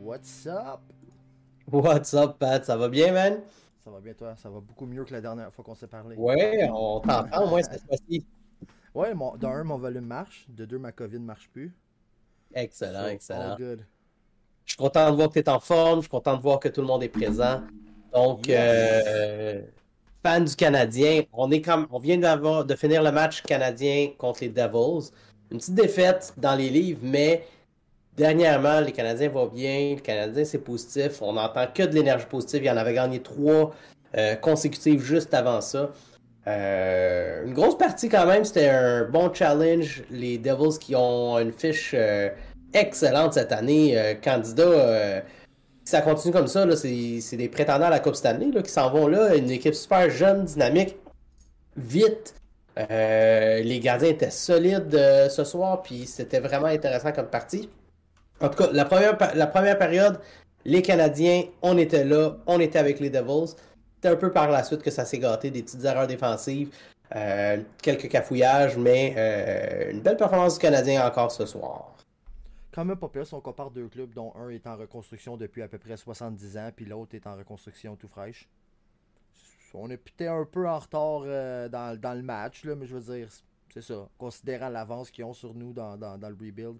What's up? What's up, Pat? Ça va bien, man? Ça va bien toi? Ça va beaucoup mieux que la dernière fois qu'on s'est parlé. Ouais, on t'entend au moins cette fois-ci. Ouais, d'un, mon volume marche. De deux, ma COVID marche plus. Excellent, So, all excellent. good. Je suis content de voir que tu es en forme, je suis content de voir que tout le monde est présent. Donc, Yes! fan du Canadien, on vient de finir le match canadien contre les Devils. Une petite défaite dans les livres, mais dernièrement, les Canadiens vont bien, le Canadien c'est positif, on n'entend que de l'énergie positive. Il en avait gagné trois consécutives juste avant ça. Une grosse partie quand même, c'était un bon challenge. Les Devils qui ont une fiche excellente cette année, candidat. Si ça continue comme ça, là, c'est des prétendants à la Coupe Stanley là, qui s'en vont là. Une équipe super jeune, dynamique, vite. Les gardiens étaient solides ce soir, puis c'était vraiment intéressant comme partie. En tout cas, la première période, les Canadiens, on était là, on était avec les Devils. C'est un peu par la suite que ça s'est gâté, des petites erreurs défensives, quelques cafouillages, mais une belle performance du Canadien encore ce soir. Quand même pas pire si on compare deux clubs dont un est en reconstruction depuis à peu près 70 ans, puis l'autre est en reconstruction tout fraîche. On est peut-être un peu en retard dans le match, là, mais je veux dire, c'est ça. Considérant l'avance qu'ils ont sur nous dans le rebuild,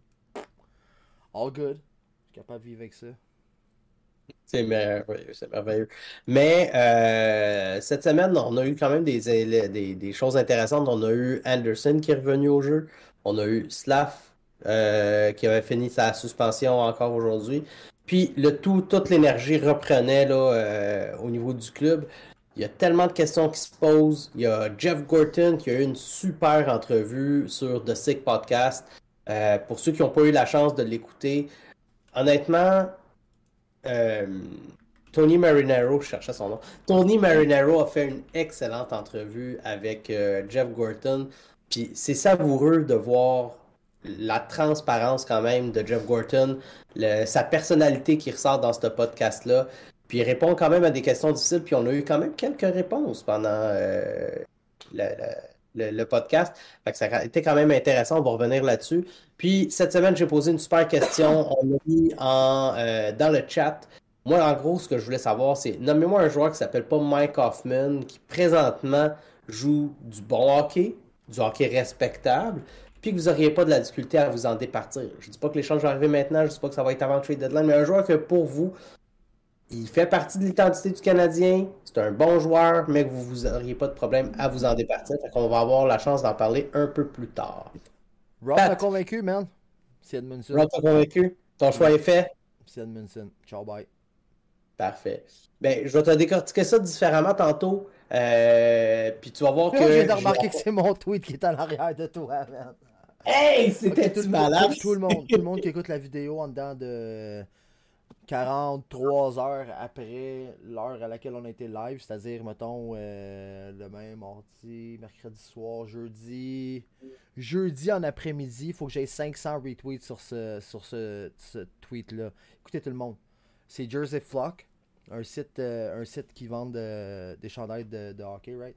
all good. Je suis capable de vivre avec ça. C'est merveilleux, c'est merveilleux. Mais cette semaine, on a eu quand même des choses intéressantes. On a eu Anderson qui est revenu au jeu. On a eu Slav qui avait fini sa suspension encore aujourd'hui. Puis toute l'énergie reprenait là, au niveau du club. Il y a tellement de questions qui se posent. Il y a Jeff Gorton qui a eu une super entrevue sur The Sick Podcast. Pour ceux qui n'ont pas eu la chance de l'écouter, honnêtement, euh, Tony Marinaro, je cherchais son nom. Tony Marinaro a fait une excellente entrevue avec Jeff Gorton. Puis c'est savoureux de voir la transparence quand même de Jeff Gorton, sa personnalité qui ressort dans ce podcast-là. Puis il répond quand même à des questions difficiles. Puis on a eu quand même quelques réponses pendant le, le podcast. Fait que ça a été quand même intéressant. On va revenir là-dessus. Puis cette semaine, j'ai posé une super question. On a mis dans le chat. Moi, en gros, ce que je voulais savoir, c'est nommez-moi un joueur qui s'appelle pas Mike Hoffman, qui présentement joue du bon hockey, du hockey respectable, puis que vous n'auriez pas de la difficulté à vous en départir. Je dis pas que l'échange va arriver maintenant, je dis pas que ça va être avant le trade deadline, mais un joueur que pour vous, il fait partie de l'identité du Canadien, c'est un bon joueur, mais que vous n'auriez pas de problème à vous en départir. Fait qu'on va avoir la chance d'en parler un peu plus tard. Rob m'a Pat, convaincu, man. C'est Edmundson. Rob t'a convaincu? Ton choix est fait? C'est Edmundson. Ciao, bye. Parfait. Ben, je vais te décortiquer ça différemment tantôt. Puis tu vas voir que. Je viens de remarquer que c'est mon tweet qui est à l'arrière de toi, man. Hey, Ok, c'était-tu malade? tout le monde qui écoute la vidéo en dedans de 43 heures après l'heure à laquelle on a été live, c'est-à-dire, mettons, demain, mardi, mercredi soir, jeudi en après-midi, il faut que j'aie 500 retweets sur ce tweet-là. Écoutez tout le monde, c'est Jersey Flock, un site qui vend des chandails de hockey, right?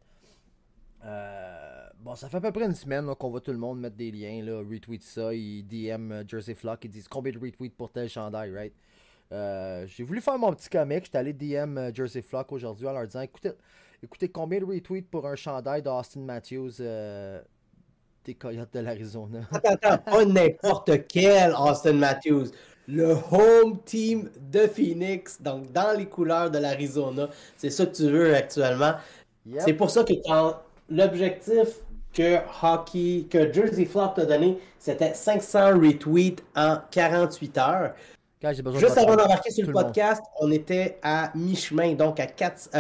Bon, ça fait à peu près une semaine là, qu'on voit tout le monde mettre des liens, là, retweet ça, ils DM Jersey Flock, ils disent combien de retweets pour tel chandail, right? J'ai voulu faire mon petit comic, j'étais allé DM Jersey Flock aujourd'hui en leur disant écoutez combien de retweets pour un chandail d'Austin Matthews des Coyotes de l'Arizona. Attends, pas n'importe quel Austin Matthews. Le home team de Phoenix, donc dans les couleurs de l'Arizona. C'est ça que tu veux actuellement. Yep. C'est pour ça que quand l'objectif que Jersey Flock t'a donné, c'était 500 retweets en 48 heures. Quand j'ai besoin Juste de avant votre d'embarquer sur tout le le monde. podcast, on était à mi-chemin, donc à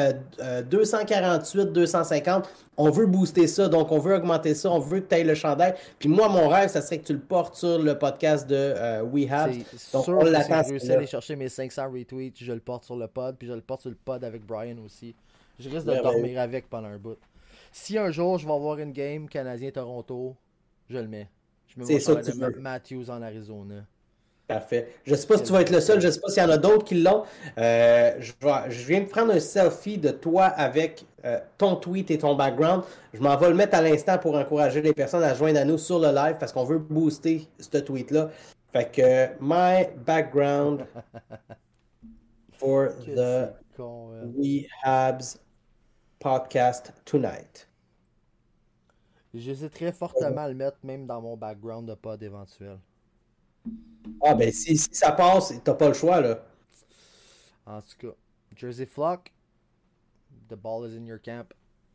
248, 250. On veut booster ça, donc on veut augmenter ça, on veut que tu ailles le chandail. Puis moi, mon rêve, ça serait que tu le portes sur le podcast de We Have. C'est Donc sûr on que si l'attend. je réussis à aller chercher mes 500 retweets, je le porte sur le pod, puis je le porte sur le pod avec Brian aussi. Je risque de dormir avec pendant un bout. Si un jour je vais avoir une game Canadien-Toronto, je le mets. Je mets C'est mon ça que chandail tu de veux. Matthews en Arizona. Parfait. Je ne sais pas si tu vas être le seul, je ne sais pas s'il y en a d'autres qui l'ont. Je viens de prendre un selfie de toi avec ton tweet et ton background. Je m'en vais le mettre à l'instant pour encourager les personnes à joindre à nous sur le live parce qu'on veut booster ce tweet-là. Fait que my background for Que the c'est con, man. Rehabs podcast tonight. J'hésiterais fortement à le mettre même dans mon background de pod éventuel. Ah ben si ça passe, t'as pas le choix là. En tout cas, Jersey Flock, the ball is in your camp.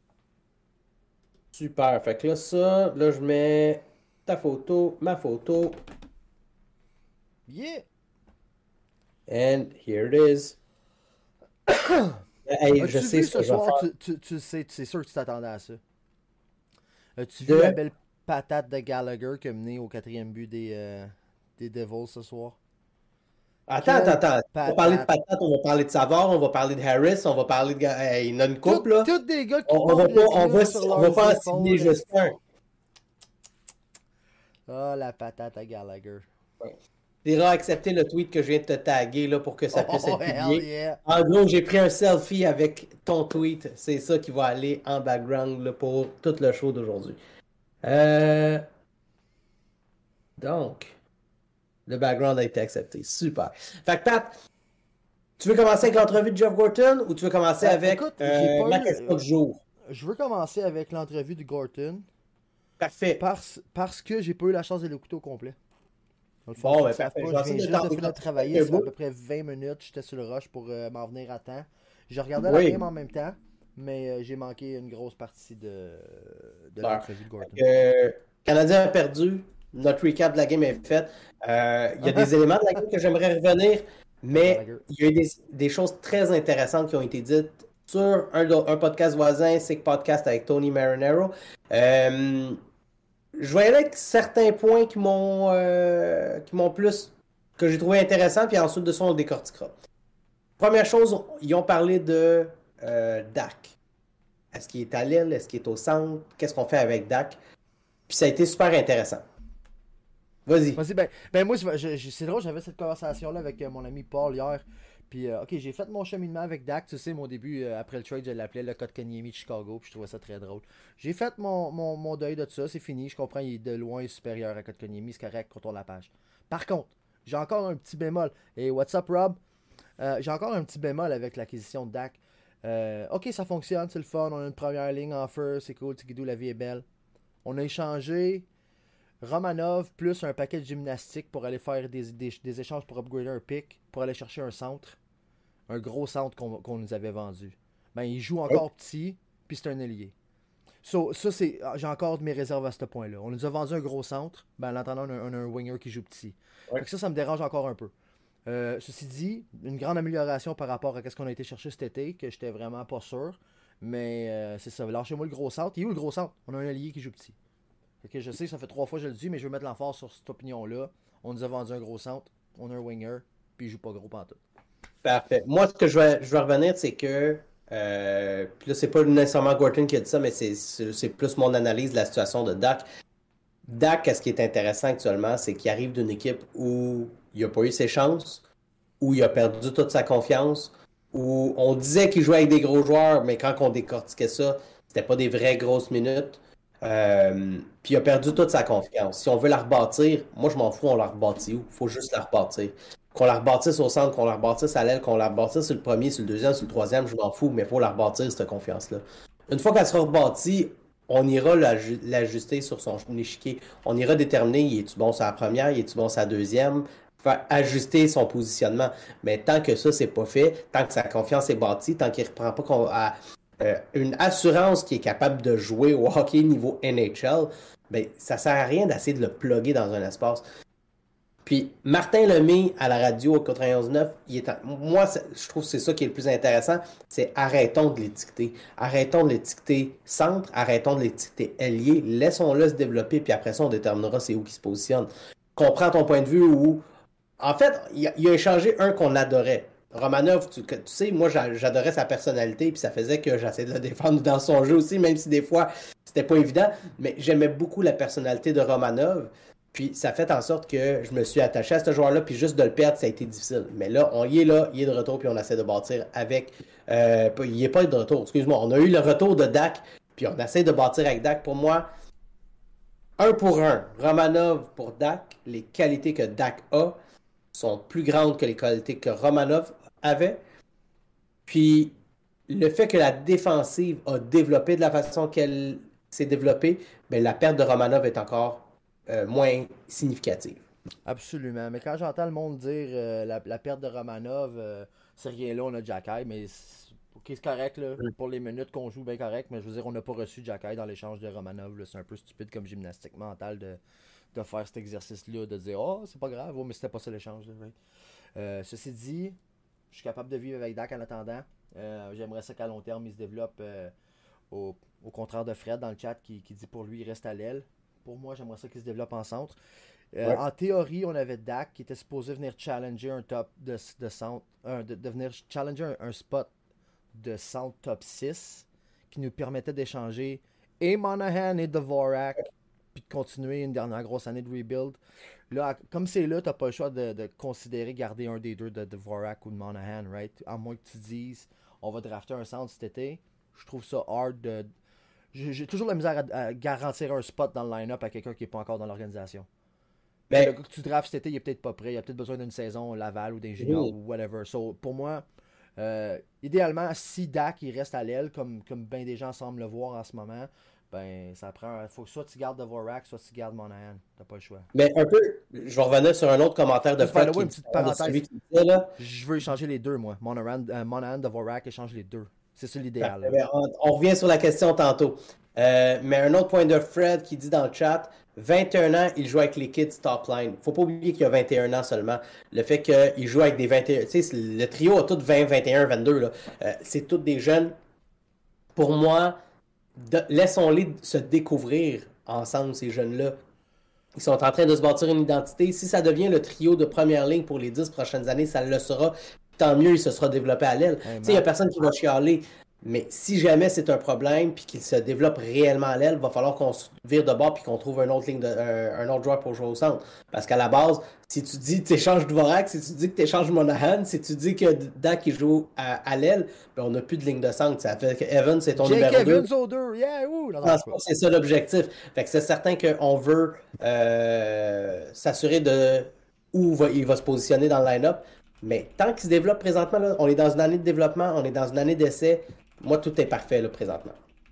Super. Fait que là, ça, là, je mets ta photo, ma photo, Yeah! and here it is. Hey, je As-tu sais vu ce que ce je vais soir, faire tu sais, c'est sûr que tu t'attendais à ça. As-tu vu la de... belle patate de Gallagher qui a mené au 4e but des Devils ce soir? Quelle Attends. On va parler de patate! patate, on va parler de Savard, on va parler de Harris, on va parler de... Hey, il y en a une couple, là. Toutes des gars qui On va portent pas, le club sur on va leurs pas en cibler épaules. juste un. Ah, la patate à Gallagher. Tu iras accepter le tweet que je viens de te taguer, là, pour que ça puisse Oh, être hell publié. yeah! En gros, j'ai pris un selfie avec ton tweet. C'est ça qui va aller en background, là, pour tout le show d'aujourd'hui. Euh... Donc, le background a été accepté. Super. Fait que Pat, tu veux commencer avec l'entrevue de Jeff Gorton ou tu veux commencer avec Écoute, j'ai pas ma eu. question du jour? Je veux commencer avec l'entrevue de Gorton Parfait. parce que j'ai pas eu la chance de l'écouter au complet. Dans le fond, Bon, ceux ben, qui savent parfait. pas, Je vais je viens essayer de juste de t'en finir de travailler, quelques ça fait à bouts. peu près 20 minutes, j'étais sur le rush pour m'en venir à temps. Je regardais la Oui. game en même temps, mais j'ai manqué une grosse partie de Super. l'entrevue de Gorton. Canadien a perdu. Notre recap de la game est fait. Il y a des éléments de la game que j'aimerais revenir, mais Gallagher. il y a eu des choses très intéressantes qui ont été dites sur un podcast voisin, Sick Podcast avec Tony Marinero. Je vais y aller avec certains points qui m'ont plus, que j'ai trouvé intéressants, puis ensuite de ça, on le décortiquera. Première chose, ils ont parlé de Dak. Est-ce qu'il est à l'aile? Est-ce qu'il est au centre? Qu'est-ce qu'on fait avec Dak? Puis ça a été super intéressant. Vas-y. Vas-y, ben moi, c'est drôle, j'avais cette conversation-là avec mon ami Paul hier. Puis, ok, j'ai fait mon cheminement avec Dak. Tu sais, mon début, après le trade, je l'appelais le Kotkaniemi de Chicago. Puis, je trouvais ça très drôle. J'ai fait mon deuil de ça. C'est fini. Je comprends, il est de loin supérieur à Kotkaniemi. C'est correct, contourne la page. Par contre, j'ai encore un petit bémol. Et what's up, Rob? J'ai encore un petit bémol avec l'acquisition de Dak. Ok, ça fonctionne, c'est le fun. On a une première ligne en feu. C'est cool. Tigidou, la vie est belle. On a échangé Romanov plus un paquet de gymnastique pour aller faire des échanges pour upgrader un pick, pour aller chercher un centre. Un gros centre qu'on nous avait vendu. Ben, il joue encore petit, puis c'est un ailier. So, ça, c'est. J'ai encore de mes réserves à ce point-là. On nous a vendu un gros centre, ben, en attendant, on a un winger qui joue petit. Ouais. Fait que ça me dérange encore un peu. Ceci dit, une grande amélioration par rapport à ce qu'on a été chercher cet été, que j'étais vraiment pas sûr. Mais c'est ça. Lâchez-moi le gros centre. Il est où le gros centre? On a un allié qui joue petit. Fait que je sais, ça fait 3 fois que je le dis, mais je veux mettre l'emphase sur cette opinion-là. On nous a vendu un gros centre, on a un winger, puis il joue pas gros pantoute. Parfait. Moi, ce que je vais revenir, c'est que puis là, c'est pas nécessairement Gorton qui a dit ça, mais c'est plus mon analyse de la situation de Dak. Dak, ce qui est intéressant actuellement, c'est qu'il arrive d'une équipe où il n'a pas eu ses chances, où il a perdu toute sa confiance, où on disait qu'il jouait avec des gros joueurs, mais quand on décortiquait ça, c'était pas des vraies grosses minutes. Puis il a perdu toute sa confiance. Si on veut la rebâtir, moi je m'en fous, on la rebâtit où? Il faut juste la rebâtir. Qu'on la rebâtisse au centre, qu'on la rebâtisse à l'aile, qu'on la rebâtisse sur le premier, sur le deuxième, sur le troisième, je m'en fous, mais il faut la rebâtir, cette confiance-là. Une fois qu'elle sera rebâtie, on ira l'ajuster sur son échiquier. On ira déterminer, il est-tu bon sur la première, il est-tu bon sur la deuxième, faire ajuster son positionnement. Mais tant que ça, c'est pas fait, tant que sa confiance est bâtie, tant qu'il ne reprend pas une assurance qui est capable de jouer au hockey niveau NHL, ben, ça sert à rien d'essayer de le plugger dans un espace. Puis Martin Lemay à la radio au 91.9, moi je trouve que c'est ça qui est le plus intéressant, c'est arrêtons de l'étiqueter. Arrêtons de l'étiqueter centre, arrêtons de l'étiqueter ailier, laissons-le se développer, puis après ça on déterminera c'est où qu'il se positionne. Comprends ton point de vue où, en fait, il a échangé un qu'on adorait. Romanov, tu sais, moi j'adorais sa personnalité, puis ça faisait que j'essayais de le défendre dans son jeu aussi, même si des fois c'était pas évident, mais j'aimais beaucoup la personnalité de Romanov. Puis ça fait en sorte que je me suis attaché à ce joueur-là, puis juste de le perdre, ça a été difficile. Mais là, il est de retour, puis on essaie de bâtir avec... il n'est pas de retour, excuse-moi. On a eu le retour de Dak, puis on essaie de bâtir avec Dak. Pour moi, un pour un, Romanov pour Dak, les qualités que Dak a sont plus grandes que les qualités que Romanov avait. Puis le fait que la défensive a développé de la façon qu'elle s'est développée, ben, la perte de Romanov est encore moins significative. Absolument. Mais quand j'entends le monde dire la perte de Romanov, c'est rien là, on a Jacky, mais ok, c'est correct là, pour les minutes qu'on joue, bien correct, mais je veux dire, on n'a pas reçu Jacky dans l'échange de Romanov. C'est un peu stupide comme gymnastique mentale de faire cet exercice-là, de dire oh, c'est pas grave, oh, mais c'était pas ça l'échange. Là, right? Ceci dit, je suis capable de vivre avec Dak en attendant. J'aimerais ça qu'à long terme, il se développe au contraire de Fred dans le chat qui dit pour lui, il reste à l'aile. Pour moi, j'aimerais ça qu'il se développe en centre. Ouais. En théorie, on avait Dak qui était supposé venir challenger un top de centre, de venir challenger un spot de centre top 6 qui nous permettait d'échanger et Monahan et Dvorak puis de continuer une dernière grosse année de rebuild. Là, comme c'est là, t'as pas le choix de considérer garder un des deux de Dvorak ou de Monahan, right? À moins que tu dises on va drafter un centre cet été. Je trouve ça hard de. J'ai toujours la misère à garantir un spot dans le line-up à quelqu'un qui n'est pas encore dans l'organisation. Le Mais gars que tu drafts cet été, il est peut-être pas prêt. Il a peut-être besoin d'une saison Laval ou d'ingénieur ou whatever. So, pour moi, idéalement, si Dak il reste à l'aile, comme bien des gens semblent le voir en ce moment, ben ça prend. Faut que soit tu gardes Dvorak, soit tu gardes Monahan. T'as pas le choix. Mais un peu, je vais revenir sur un autre commentaire de Juste, by Fred the way, qui une dit petite de celui parenthèse. qui disait là. Je veux échanger les deux, moi. Monahan, Dvorak, échange les deux. C'est ça l'idéal. Parfait. Ben, on revient sur la question tantôt. Mais un autre point de Fred qui dit dans le chat, 21 ans, il joue avec les kids top line. Faut pas oublier qu'il a 21 ans seulement. Le fait qu'il joue avec des 21... Tu sais, le trio a tous 20, 21, 22. Là. C'est tous des jeunes. Pour moi, laissons-les se découvrir ensemble, ces jeunes-là. Ils sont en train de se bâtir une identité. Si ça devient le trio de première ligne pour les 10 prochaines années, ça le sera. Tant mieux, il se sera développé à l'aile. Hey, Tu sais, il n'y a Matt, personne qui va chialer. Mais si jamais c'est un problème puis qu'il se développe réellement à l'aile, il va falloir qu'on se vire de bord puis qu'on trouve un autre, un autre joueur pour jouer au centre. Parce qu'à la base, si tu dis que tu échanges Dvorak, si tu dis que tu échanges Monahan, si tu dis que Dak qui joue à l'aile, ben on n'a plus de ligne de centre. Ça fait que Evans, c'est ton Jake numéro 2. Evans aux deux. Yeah, ouh, C'est ça l'objectif. Fait que c'est certain qu'on veut s'assurer de où il va se positionner dans le line-up. Mais tant qu'il se développe présentement, là, on est dans une année de développement, on est dans une année d'essai. Moi, tout est parfait là, présentement.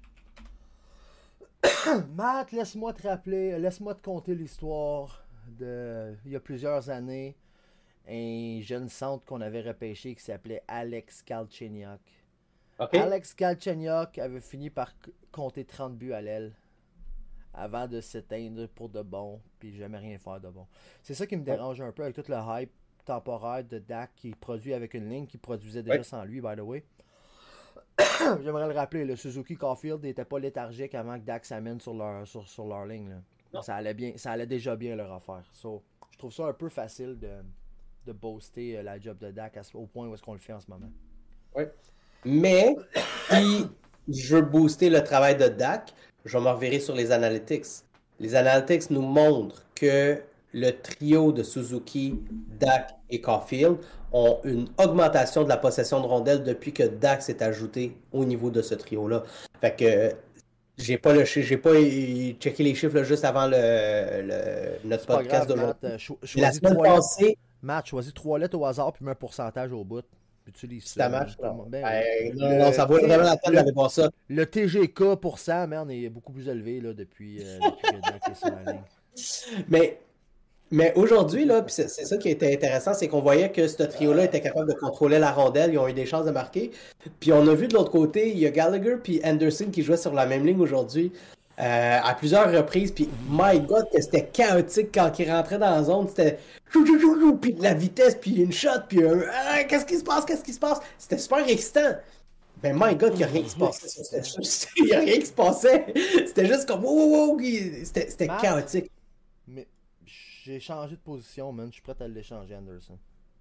Matt, laisse-moi te rappeler, laisse-moi te conter l'histoire de il y a plusieurs années, un jeune centre qu'on avait repêché qui s'appelait Alex Galchenyuk. OK? Alex Galchenyuk avait fini par compter 30 buts à l'aile avant de s'éteindre pour de bon, puis jamais rien faire de bon. C'est ça qui me dérange un peu avec tout le hype temporaire de Dak qui produit avec une ligne qui produisait déjà sans lui, by the way. J'aimerais le rappeler, le Suzuki Caulfield n'était pas léthargique avant que Dak s'amène sur leur ligne. Là. Ça allait déjà bien leur affaire. So, je trouve ça un peu facile de booster la job de Dak au point où est-ce qu'on le fait en ce moment. Oui. Mais si je veux booster le travail de Dak, je vais me revirer sur les analytics. Les analytics nous montrent que le trio de Suzuki, Dak et Caulfield ont une augmentation de la possession de rondelles depuis que Dak s'est ajouté au niveau de ce trio-là. Fait que j'ai pas checké les chiffres là, juste avant notre podcast d'aujourd'hui. La semaine passée, Matt, choisis 3 lettres au hasard puis mets un pourcentage au bout. Utilise ça marche. Ben, ça vaut vraiment la peine d'aller voir ça. Le TGK pour ça, man, est beaucoup plus élevé là, depuis que Dak est sur la ligne. Mais aujourd'hui, là, c'est ça qui était intéressant, c'est qu'on voyait que ce trio-là était capable de contrôler la rondelle, ils ont eu des chances de marquer. Puis on a vu de l'autre côté, il y a Gallagher puis Anderson qui jouaient sur la même ligne aujourd'hui à plusieurs reprises. Puis my God, que c'était chaotique quand ils rentraient dans la zone, c'était puis de la vitesse, puis une shot, puis qu'est-ce qui se passe, qu'est-ce qui se passe? C'était super excitant. Mais my God, il n'y a rien qui se passait. Il n'y a rien qui se passait. C'était juste comme wow, c'était chaotique. Mais j'ai changé de position, man. Je suis prêt à l'échanger, Anderson.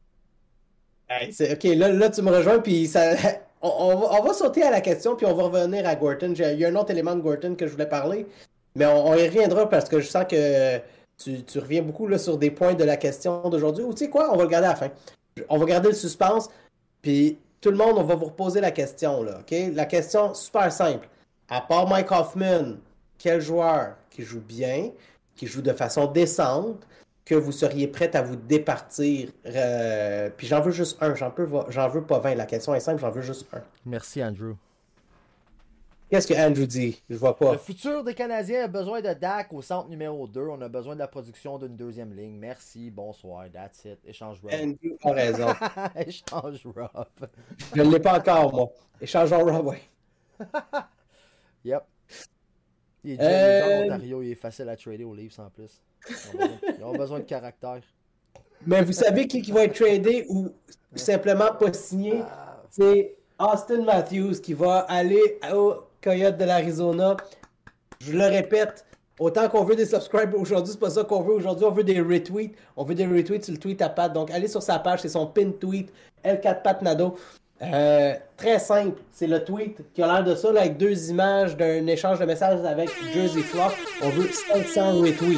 Hey, ok, là, tu me rejoins, puis ça... on va sauter à la question, puis on va revenir à Gorton. Il y a un autre élément de Gorton que je voulais parler, mais on y reviendra parce que je sens que tu reviens beaucoup là, sur des points de la question d'aujourd'hui. Ou tu sais quoi, on va le garder à la fin. On va garder le suspense, puis tout le monde, on va vous reposer la question, là, ok? La question super simple. À part Mike Hoffman, quel joueur qui joue bien, qui joue de façon décente, que vous seriez prête à vous départir. Puis j'en veux juste un, j'en veux pas 20. La question est simple, j'en veux juste un. Merci, Andrew. Qu'est-ce que Andrew dit? Je vois Le pas. futur des Canadiens a besoin de Dak au centre numéro 2. On a besoin de la production d'une deuxième ligne. Merci, bonsoir, that's it. Échange Rob. Andrew a raison. Échange Rob. Je ne l'ai pas encore, moi. Échangeons Rob, ouais. Yep. Il est déjà en Ontario, il est facile à trader aux Leafs en plus. Ils ont besoin de caractère. Mais vous savez qui va être tradé ou simplement pas signé? C'est Austin Matthews qui va aller au Coyote de l'Arizona. Je le répète, autant qu'on veut des subscribers aujourd'hui, c'est pas ça qu'on veut aujourd'hui. On veut des retweets. On veut des retweets sur le tweet à Pat. Donc, allez sur sa page, c'est son pin tweet, L4Pat Nadeau. Très simple, c'est le tweet qui a l'air de ça, là, avec 2 images d'un échange de messages avec Jersey Flock. On veut 500 retweets.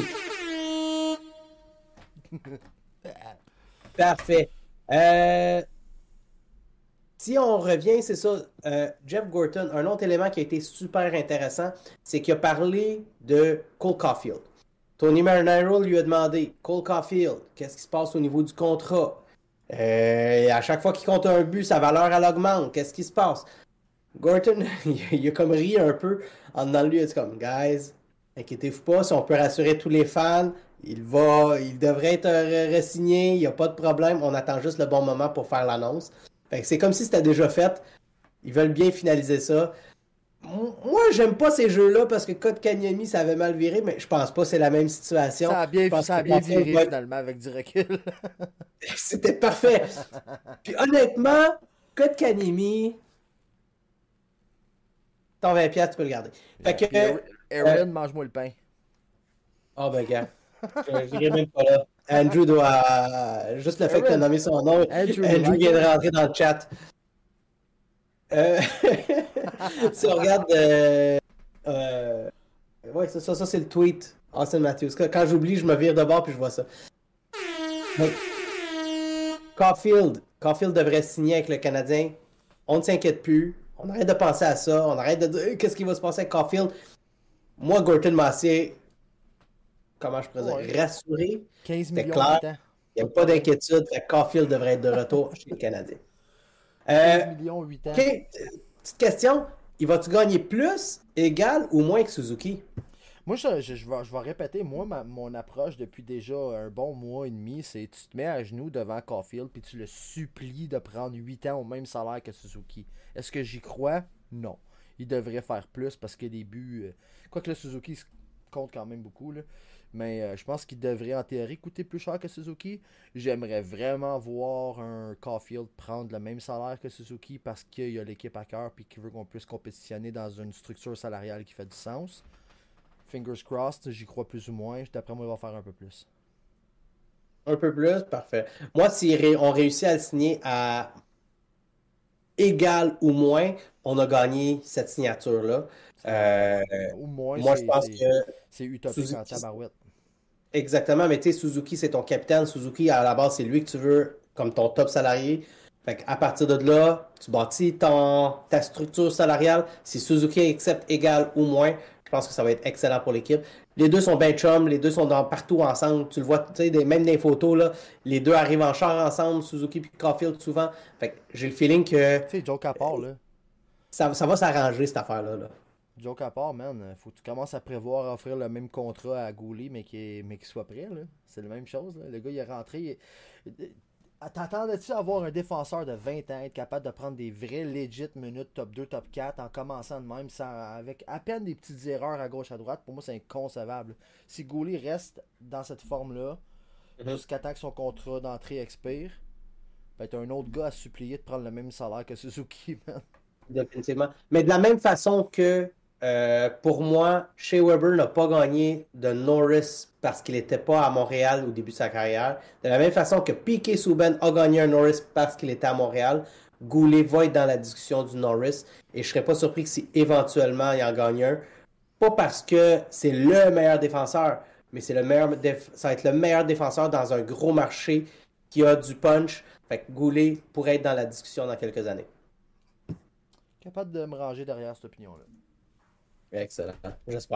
Parfait. Si on revient, c'est ça, Jeff Gorton, un autre élément qui a été super intéressant, c'est qu'il a parlé de Cole Caulfield. Tony Marinaro lui a demandé, Cole Caulfield, qu'est-ce qui se passe au niveau du contrat? À chaque fois qu'il compte un but, sa valeur elle augmente. Qu'est-ce qui se passe? Gorton, il a comme ri un peu en dedans de lui, il a dit comme, guys, inquiétez-vous pas, si on peut rassurer tous les fans, il devrait être re-signé, il n'y a pas de problème, on attend juste le bon moment pour faire l'annonce. Fait que c'est comme si c'était déjà fait. Ils veulent bien finaliser ça. Moi, j'aime pas ces jeux-là parce que Kotkaniemi, ça avait mal viré, mais je pense pas que c'est la même situation. Ça a bien viré finalement avec du recul. C'était parfait. Puis honnêtement, Kotkaniemi, ton 20$, tu peux le garder. Fait que. Aaron, mange-moi le pain. Oh ben gars, je dirais même pas là. Andrew doit. Juste le fait que tu as nommé son nom, Andrew vient de rentrer dans le chat. Si on regarde. Ouais, ça c'est le tweet. Austin Matthews. Quand j'oublie, je me vire de bord puis je vois ça. Donc, Caulfield devrait signer avec le Canadien. On ne s'inquiète plus. On arrête de penser à ça. On arrête de dire qu'est-ce qui va se passer avec Caulfield. Moi, Gorton m'a assez. Comment je pourrais dire, rassuré. 15 C'était millions clair. de temps. Il n'y a pas d'inquiétude. Caulfield devrait être de retour chez le Canadien. 15 millions, 8 ans. OK. Petite question. Il va-tu gagner plus, égal ou moins que Suzuki? Moi, je vais répéter, moi, mon approche depuis déjà un bon mois et demi, c'est tu te mets à genoux devant Caulfield puis tu le supplies de prendre 8 ans au même salaire que Suzuki. Est-ce que j'y crois? Non. Il devrait faire plus parce que les buts... quoique le Suzuki compte quand même beaucoup, là. Mais je pense qu'il devrait en théorie coûter plus cher que Suzuki. J'aimerais vraiment voir un Caulfield prendre le même salaire que Suzuki parce qu'il y a l'équipe à cœur et qu'il veut qu'on puisse compétitionner dans une structure salariale qui fait du sens. Fingers crossed, j'y crois plus ou moins. D'après moi, il va faire un peu plus. Un peu plus, parfait. Moi, si on réussit à le signer à égal ou moins, on a gagné cette signature-là. Au moins, moi, je pense que c'est utopique en tabarouette. Exactement, mais tu sais, Suzuki, c'est ton capitaine. Suzuki, à la base, c'est lui que tu veux comme ton top salarié. Fait à partir de là, tu bâtis ta structure salariale. Si Suzuki accepte égal ou moins, je pense que ça va être excellent pour l'équipe. Les deux sont bien chum, les deux sont partout ensemble. Tu le vois, tu sais, même des photos, là, les deux arrivent en char ensemble, Suzuki et Caulfield souvent. Fait que j'ai le feeling que. Tu sais, Joe Capar, là. Ça va s'arranger, cette affaire-là. Là. Joe Capar, man, faut que tu commences à prévoir offrir le même contrat à Goulet, mais qu'il soit prêt, là. C'est la même chose, là. Le gars, il est rentré. T'attendais-tu à avoir un défenseur de 20 ans être capable de prendre des vrais legit minutes top 2, top 4 en commençant de même avec à peine des petites erreurs à gauche à droite? Pour moi, c'est inconcevable. Si Goulet reste dans cette forme-là, jusqu'à temps que son contrat d'entrée expire, ben t'as un autre gars à supplier de prendre le même salaire que Suzuki, man. Définitivement. Mais de la même façon que pour moi, Shea Weber n'a pas gagné de Norris parce qu'il n'était pas à Montréal au début de sa carrière. De la même façon que Piquet Souben a gagné un Norris parce qu'il était à Montréal, Goulet va être dans la discussion du Norris. Et je ne serais pas surpris que si éventuellement il en gagne un, pas parce que c'est le meilleur défenseur, mais ça va être le meilleur défenseur dans un gros marché qui a du punch. Fait que Goulet pourrait être dans la discussion dans quelques années. Capable de me ranger derrière cette opinion-là. Excellent, j'espère.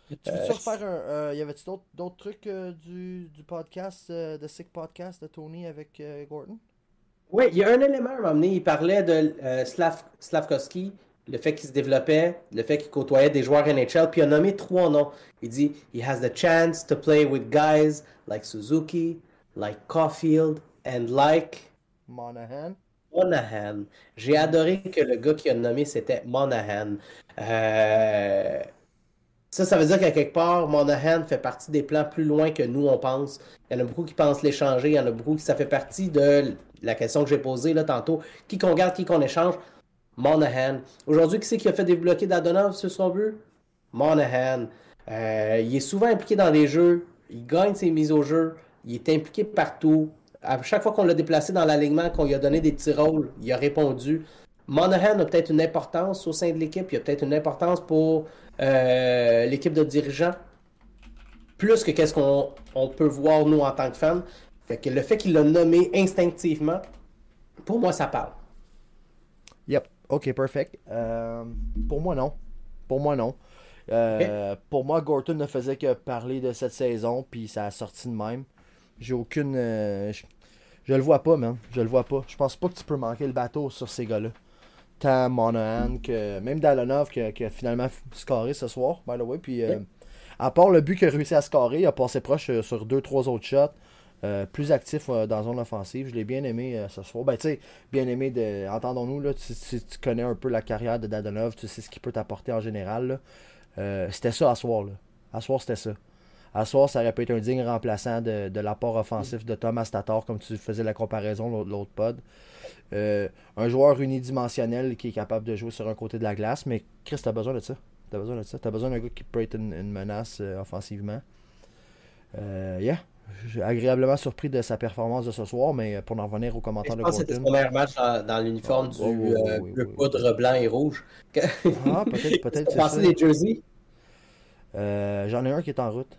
Tu veux-tu refaire un. Y avait-tu d'autres trucs du podcast, de Sick Podcast de Tony avec Gordon? Oui, il y a un élément à un moment donné, il parlait de Slavkovski, le fait qu'il se développait, le fait qu'il côtoyait des joueurs NHL, puis il a nommé trois noms. Il dit he has the chance to play with guys like Suzuki, like Caulfield, and like Monahan. Monahan. J'ai Mhm. adoré que le gars qui a nommé c'était Monahan. Euh, ça veut dire qu'à quelque part, Monahan fait partie des plans plus loin que nous, on pense. Il y en a beaucoup qui pensent l'échanger, il y en a beaucoup qui ça fait partie de la question que j'ai posée là tantôt. Qui qu'on garde, qui qu'on échange? Monahan. Aujourd'hui, qui c'est qui a fait débloquer Dadonov sur son but? Monahan. Il est souvent impliqué dans les jeux, il gagne ses mises au jeu, il est impliqué partout. À chaque fois qu'on l'a déplacé dans l'alignement, qu'on lui a donné des petits rôles, il a répondu. Monahan a peut-être une importance au sein de l'équipe, il a peut-être une importance pour l'équipe de dirigeants, plus que qu'est-ce qu'on peut voir nous en tant que fans. Fait que le fait qu'il l'a nommé instinctivement, pour moi, ça parle. Yep. Ok, perfect. Pour moi, non. Pour moi, non. OK? Pour moi, Gorton ne faisait que parler de cette saison, puis ça a sorti de même. J'ai aucune. Je le vois pas, man. Je le vois pas. Je pense pas que tu peux manquer le bateau sur ces gars-là. Tant Monahan que. Même Dalonov qui a finalement scoré ce soir, by the way. Puis, OK? à part le but qu'il a réussi à scorer, il a passé proche sur deux trois autres shots. Plus actif dans la zone offensive. Je l'ai bien aimé ce soir. Ben, tu sais, bien aimé de. Entendons-nous, là, si tu connais un peu la carrière de Dadonov, tu sais ce qu'il peut t'apporter en général. Là. C'était ça à soir. Là. À soir, c'était ça. À soir, ça aurait pu être un digne remplaçant de l'apport offensif de Thomas Tatar, comme tu faisais la comparaison l'autre pod. Un joueur unidimensionnel qui est capable de jouer sur un côté de la glace, mais Chris, t'as besoin de ça. T'as besoin de ça. T'as besoin d'un gars qui peut être une menace offensivement. Yeah. Je suis agréablement surpris de sa performance de ce soir, mais pour en revenir aux Et commentaires je de pense que c'était Gorton. son meilleur match dans Ah, l'uniforme ouais, ouais, du ouais, ouais, bleu ouais, ouais. poudre blanc et rouge. Ah, peut-être, Tu peut-être, c'est pensé ça. des jerseys? J'en ai un qui est en route.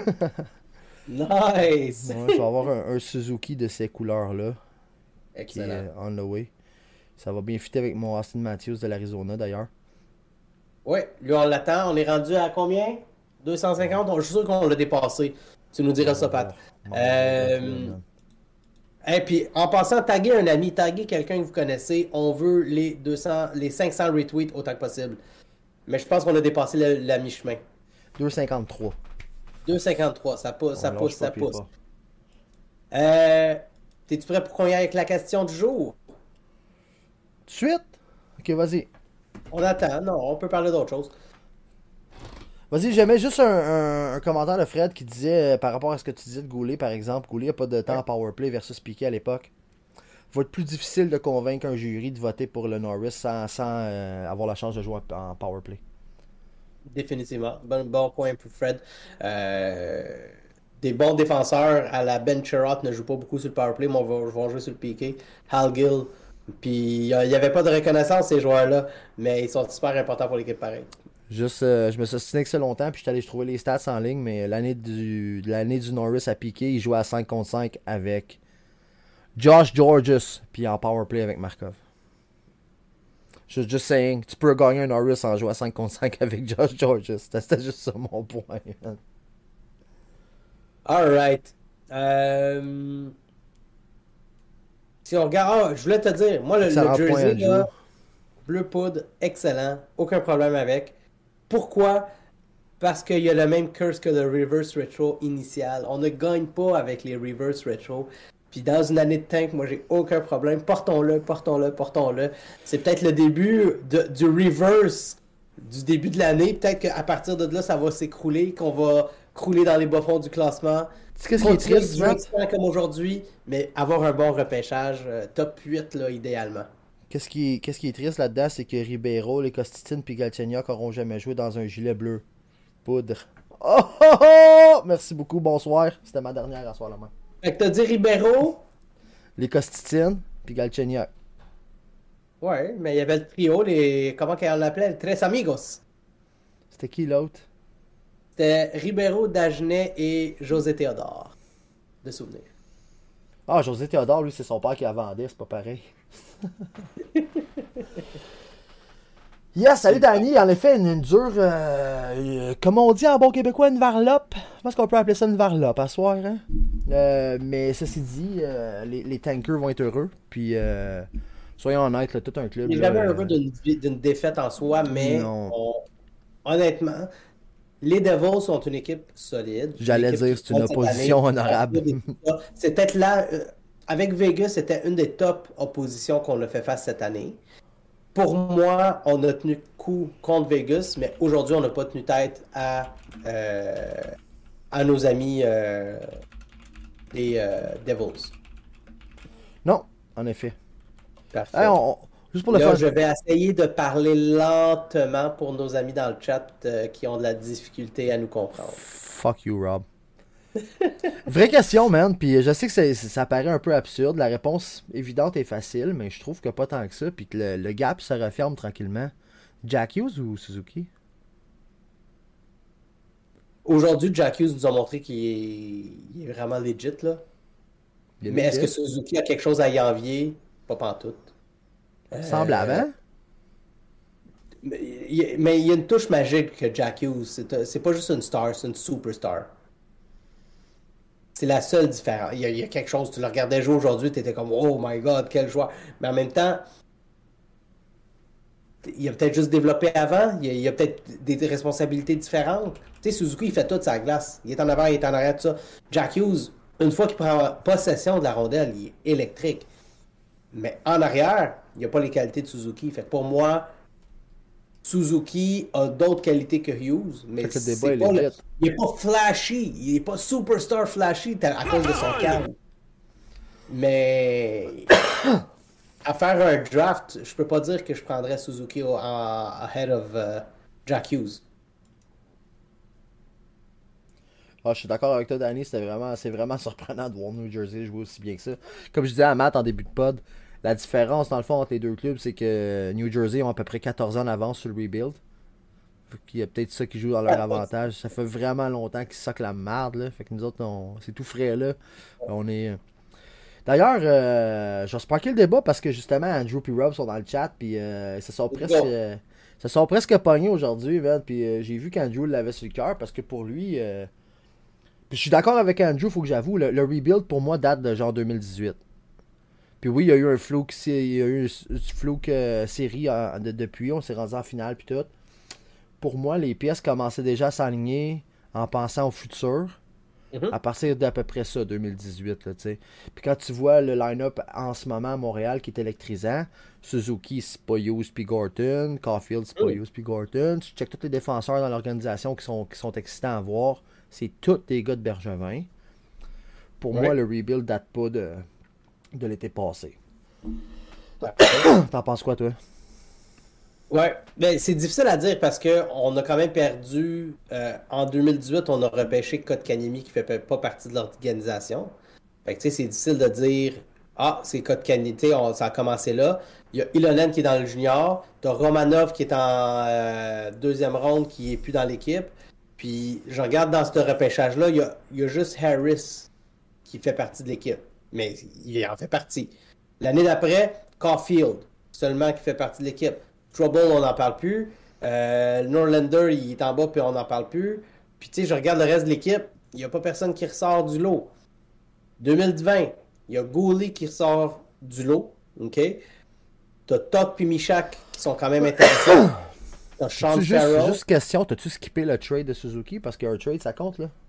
Nice! Ouais, je vais avoir un Suzuki de ces couleurs-là, qui est Excellent. on the way. Ça va bien fitter avec mon Austin Matthews de l'Arizona d'ailleurs. Oui, lui, on l'attend. On est rendu à combien? Ouais, 250? Je suis sûr qu'on l'a dépassé. Tu nous diras m'en va ça, Pat. voir. M'en va voir rendu là, Euh... man. Et puis, en passant, taguer un ami, taguer quelqu'un que vous connaissez. On veut les 200, les 500 retweets autant que possible. Mais je pense qu'on a dépassé la mi-chemin. 2,53. 2,53, ça pousse, On ça lâche pousse, pas ça pied pousse. pas. Euh... T'es-tu prêt pour qu'on y aille avec la question du jour? Tout de suite? Ok, vas-y. On attend, non, on peut parler d'autre chose. Vas-y, j'aimais juste un commentaire de Fred qui disait, par rapport à ce que tu disais de Goulet, par exemple, Goulet n'a pas de temps Ouais, en powerplay versus Piqué à l'époque. Il va être plus difficile de convaincre un jury de voter pour le Norris sans avoir la chance de jouer en powerplay. définitivement. Bon point pour Fred. Euh, Des bons défenseurs à la Ben Sherratt ne jouent pas beaucoup sur le powerplay, mais vont jouer sur le PK. Hal Gill. Puis il n'y avait pas de reconnaissance, ces joueurs-là, mais ils sont super importants pour l'équipe pareil. Juste, je me suis assis avec ça longtemps, puis je suis allé trouver les stats en ligne, mais l'année du Norris à Piqué, il jouait à 5 contre 5 avec Josh Georges, puis en powerplay avec Markov. Just saying, tu peux gagner un Norris en jouant à 5 contre 5 avec Josh Georges. C'était juste ça mon point. Alright. Euh, Si on regarde, je voulais te dire, moi, le Excellent point jersey, à Joe. là, bleu poudre, excellent, aucun problème avec. Pourquoi? Parce qu'il y a le même curse que le reverse retro initial. On ne gagne pas avec les reverse retro. Puis dans une année de tank, moi j'ai aucun problème. Portons-le, portons-le, portons-le. C'est peut-être le début du reverse du début de l'année. Peut-être qu'à partir de là, ça va s'écrouler, qu'on va crouler dans les bas-fonds du classement. Tu sais qu'est-ce qui est Continuer triste, de jouer Matt? excitant comme aujourd'hui, mais avoir un bon repêchage, top 8 là, idéalement. Qu'est-ce qui est triste là-dedans, c'est que Ribeiro, les Costitines puis Galchenyuk n'auront jamais joué dans un gilet bleu. Poudre. Oh, oh, oh! Merci beaucoup, bonsoir. C'était ma dernière à soir la main. Fait que t'as dit Ribeiro, Les Costitines puis Galchenyuk. ouais, mais il y avait le trio, comment qu'on l'appelait, les Tres Amigos. C'était qui l'autre? C'était Ribeiro, Dagenet et José Théodore, de souvenir. Ah, José Théodore, lui, c'est son père qui a vendu, c'est pas pareil. Yes, salut C'est Danny. En effet, une dure, comme on dit en bon québécois, une varlope. Je pense qu'on peut appeler ça une varlope à soir. Hein? Mais ceci dit, les tankers vont être heureux. Puis, soyons honnêtes, là, tout un club. il n'est Là, jamais heureux d'une défaite en soi, mais non, honnêtement, les Devils sont une équipe solide, une j'allais équipe dire qui c'est une compte cette année. opposition honorable. C'est peut-être là, avec Vegas, c'était une des top oppositions qu'on a fait face cette année. Pour moi, on a tenu coup contre Vegas, mais aujourd'hui, on n'a pas tenu tête à nos amis des Devils. Non, en effet. Hey, Parfait. juste pour le Là, fun. je vais essayer de parler lentement pour nos amis dans le chat qui ont de la difficulté à nous comprendre. Fuck you, Rob. Vraie question, man. Puis je sais que ça paraît un peu absurde. La réponse évidente et facile, mais je trouve que pas tant que ça. Puis que le gap se referme tranquillement. Jack Hughes ou Suzuki? Aujourd'hui, Jack Hughes nous a montré qu'il est vraiment legit, là. Il est Mais est-ce que legit. Suzuki a quelque chose à y envier? Pas pantoute. Semblable, Euh, hein? mais il y a une touche magique que Jack Hughes. C'est pas juste une star, c'est une superstar. C'est la seule différence. Il y a quelque chose, tu le regardais jouer aujourd'hui, tu étais comme oh my god, quel joueur. Mais en même temps, il a peut-être juste développé avant, il a peut-être des responsabilités différentes. Tu sais, Suzuki, il fait tout sa glace. Il est en avant, il est en arrière, tout ça. Jack Hughes, une fois qu'il prend possession de la rondelle, il est électrique. Mais en arrière, il n'a pas les qualités de Suzuki. Fait que pour moi, Suzuki a d'autres qualités que Hughes, Fait mais que le débat c'est est pas legit. il est pas flashy, il est pas superstar flashy à cause de son calme. Mais à faire un draft, je peux pas dire que je prendrais Suzuki ahead of Jack Hughes. Ah, je suis d'accord avec toi, Danny. C'est vraiment surprenant de voir New Jersey jouer aussi bien que ça. Comme je disais à Matt en début de pod, la différence dans le fond entre les deux clubs, c'est que New Jersey ont à peu près 14 ans d'avance sur le rebuild. Fait qu'il y a peut-être ça qui joue dans leur avantage. Ça fait vraiment longtemps qu'ils sacent la merde, là. Fait que nous autres, c'est tout frais, là. On est. D'ailleurs, je vais sparker le débat parce que justement, Andrew et Rob sont dans le chat, puis se sont presque pognés aujourd'hui, man. Puis j'ai vu qu'Andrew l'avait sur le cœur parce que pour lui. Puis je suis d'accord avec Andrew, faut que j'avoue, le rebuild pour moi date de genre 2018. Puis oui, il y a eu un fluke, il y a eu une fluke série depuis, on s'est rendu en finale puis tout. Pour moi, les pièces commençaient déjà à s'aligner en pensant au futur. Mhm. À partir d'à peu près ça, 2018, là, tu sais. Puis quand tu vois le line-up en ce moment à Montréal qui est électrisant, Suzuki, c'est pas Hughes puis Gorton, Caulfield, c'est pas Mm. Hughes puis Gorton. Tu check tous les défenseurs dans l'organisation qui sont excitants à voir. C'est tous des gars de Bergevin. Pour moi, Ouais, le rebuild date pas de l'été passé. parfait. T'en penses quoi, toi? Ouais, ben, c'est difficile à dire parce que on a quand même perdu en 2018, on a repêché Kotkaniemi qui fait pas partie de l'organisation. Fait que tu sais, c'est difficile de dire ah, c'est Kotkaniemi, tu sais, ça a commencé là. Il y a Ilonen qui est dans le junior, t'as Romanov qui est en deuxième ronde qui est plus dans l'équipe. Puis je regarde dans ce repêchage-là, il y a juste Harris qui fait partie de l'équipe. Mais il en fait partie. L'année d'après, Caulfield, seulement qui fait partie de l'équipe. Trouble, on n'en parle plus. Norlander, il est en bas, puis on n'en parle plus. Puis tu sais, je regarde le reste de l'équipe, il n'y a pas personne qui ressort du lot. 2020, il y a Gouli qui ressort du lot. OK? T'as Tuck puis Michak qui sont quand même intéressants. T'as Sean Farrell. Juste question, t'as-tu skippé le trade de Suzuki? Parce qu'un trade, ça compte, là.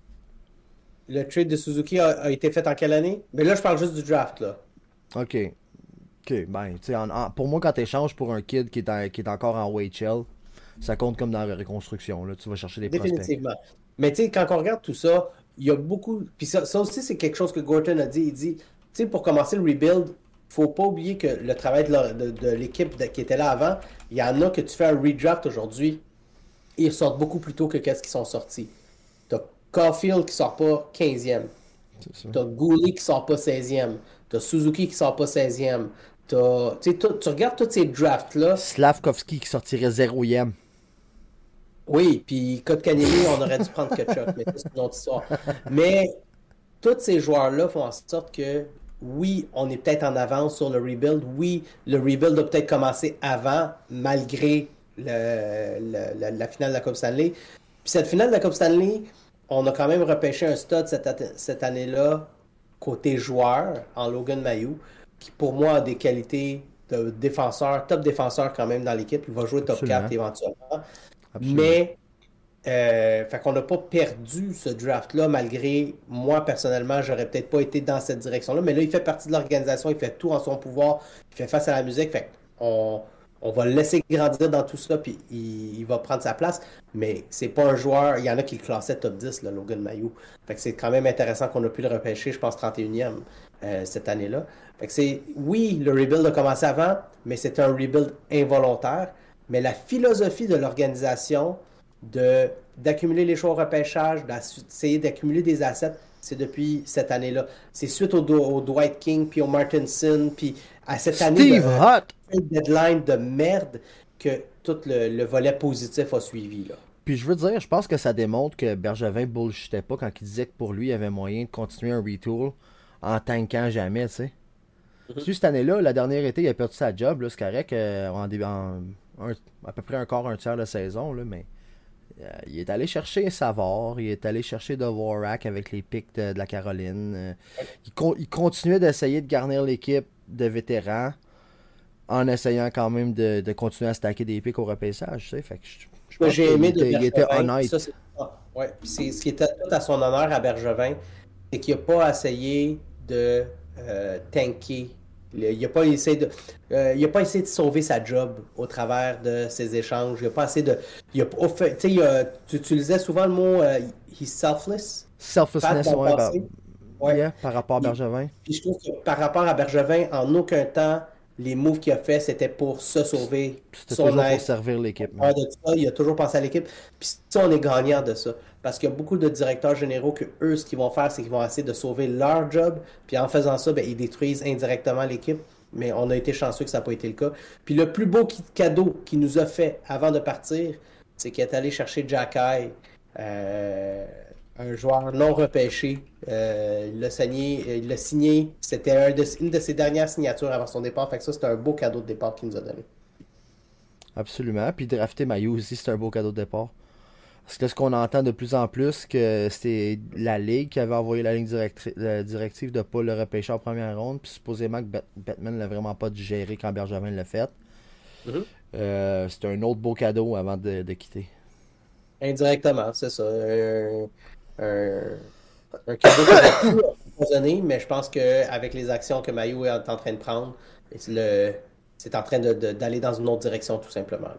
Le trade de Suzuki a été fait en quelle année? Mais là, je parle juste du draft, là. Ok. Ok, ben, tu sais, pour moi, quand t'échanges pour un kid qui est encore en OHL, ça compte comme dans la reconstruction, là. Tu vas chercher des prospects. Définitivement. Mais tu sais, quand on regarde tout ça, il y a beaucoup. Puis ça aussi, c'est quelque chose que Gorton a dit. Il dit, tu sais, pour commencer le rebuild, faut pas oublier que le travail de l'équipe qui était là avant, il y en a que tu fais un redraft aujourd'hui, ils sortent beaucoup plus tôt que qu'est-ce qu'ils sont sortis. T'as Caulfield qui sort pas 15e. C'est ça. T'as Goulet qui sort pas 16e. T'as Suzuki qui sort pas 16e. Tu sais, tu regardes tous ces drafts-là. Slavkovski qui sortirait 0ème. Oui, puis Kotkaniemi, on aurait dû prendre Kachuk, mais ça, c'est une autre histoire. Mais tous ces joueurs-là font en sorte que oui, on est peut-être en avance sur le rebuild. Oui, le rebuild a peut-être commencé avant, malgré la finale de la Coupe Stanley. Puis cette finale de la Coupe Stanley, on a quand même repêché un stud cette année-là, côté joueur, en Logan Mailloux, qui pour moi a des qualités de défenseur, top défenseur quand même dans l'équipe. Il va jouer top 4 Absolument. éventuellement. Absolument. Mais fait qu'on n'a pas perdu ce draft-là, malgré moi, personnellement, j'aurais peut-être pas été dans cette direction-là. Mais là, il fait partie de l'organisation, il fait tout en son pouvoir, il fait face à la musique. Fait qu'on on va le laisser grandir dans tout ça, puis il va prendre sa place. Mais c'est pas un joueur, il y en a qui le classaient top 10, là, Logan Mailloux. Fait que c'est quand même intéressant qu'on a pu le repêcher, je pense, 31e cette année-là. Fait que c'est, oui, le rebuild a commencé avant, mais c'est un rebuild involontaire. Mais la philosophie de l'organisation, de d'accumuler les choix au repêchage, d'essayer d'accumuler des assets, c'est depuis cette année-là. C'est suite au Dwight King, puis au Martinson, puis à cette année Steve Hutt! deadline de merde que tout le volet positif a suivi. Là. Puis je veux dire, je pense que ça démontre que Bergevin bullshitait pas quand il disait que pour lui, il y avait moyen de continuer un retool en tankant jamais, tu sais. Tu sais, cette année-là, la dernière été, il a perdu sa job, là, c'est correct, à peu près un quart, un tiers de saison, là, mais il est allé chercher Savard, il est allé chercher Dvorak avec les pics de la Caroline. Il continuait d'essayer de garnir l'équipe de vétérans en essayant quand même de continuer à stacker des pics au repêchage, tu sais. Fait que je pense J'ai aimé de il était Bergevin, puis ça, honnête. c'est ouais, puis c'est ce qui était tout à son honneur à Bergevin, c'est qu'il n'a pas essayé de tanker. Il n'a pas essayé il a pas essayé de sauver sa job au travers de ses échanges. Il n'a pas essayé de. Il a pas fait, tu utilisais souvent le mot he's selfless. Pat, Selflessness, dans le ouais, bah, passé. Ouais. yeah, par rapport à Bergevin. Puis je trouve que par rapport à Bergevin, en aucun temps, les moves qu'il a fait, c'était pour se sauver C'était son toujours pour aide. servir l'équipe, man. De ça, il a toujours pensé à l'équipe. Puis ça, on est gagnant de ça. Parce qu'il y a beaucoup de directeurs généraux que eux, ce qu'ils vont faire, c'est qu'ils vont essayer de sauver leur job. Puis en faisant ça, ben, ils détruisent indirectement l'équipe. Mais on a été chanceux que ça n'a pas été le cas. Puis le plus beau cadeau qu'il nous a fait avant de partir, c'est qu'il est allé chercher Jacky, un joueur non repêché. Il l'a signé. C'était une de ses dernières signatures avant son départ. Fait que ça, c'était un beau cadeau de départ qu'il nous a donné. Absolument. Puis drafter Mayu aussi, c'est un beau cadeau de départ. Parce que là, ce qu'on entend de plus en plus, que c'était la Ligue qui avait envoyé la ligne directive de ne pas le repêcher en première ronde. Puis supposément que Batman ne l'a vraiment pas digéré quand Bergevin l'a fait. Mhm. C'était un autre beau cadeau avant de quitter. Indirectement, c'est ça. Un, un cadeau qu'on a pu empoisonner, mais je pense qu'avec les actions que Mayo est en train de prendre, c'est en train d'aller dans une autre direction, tout simplement.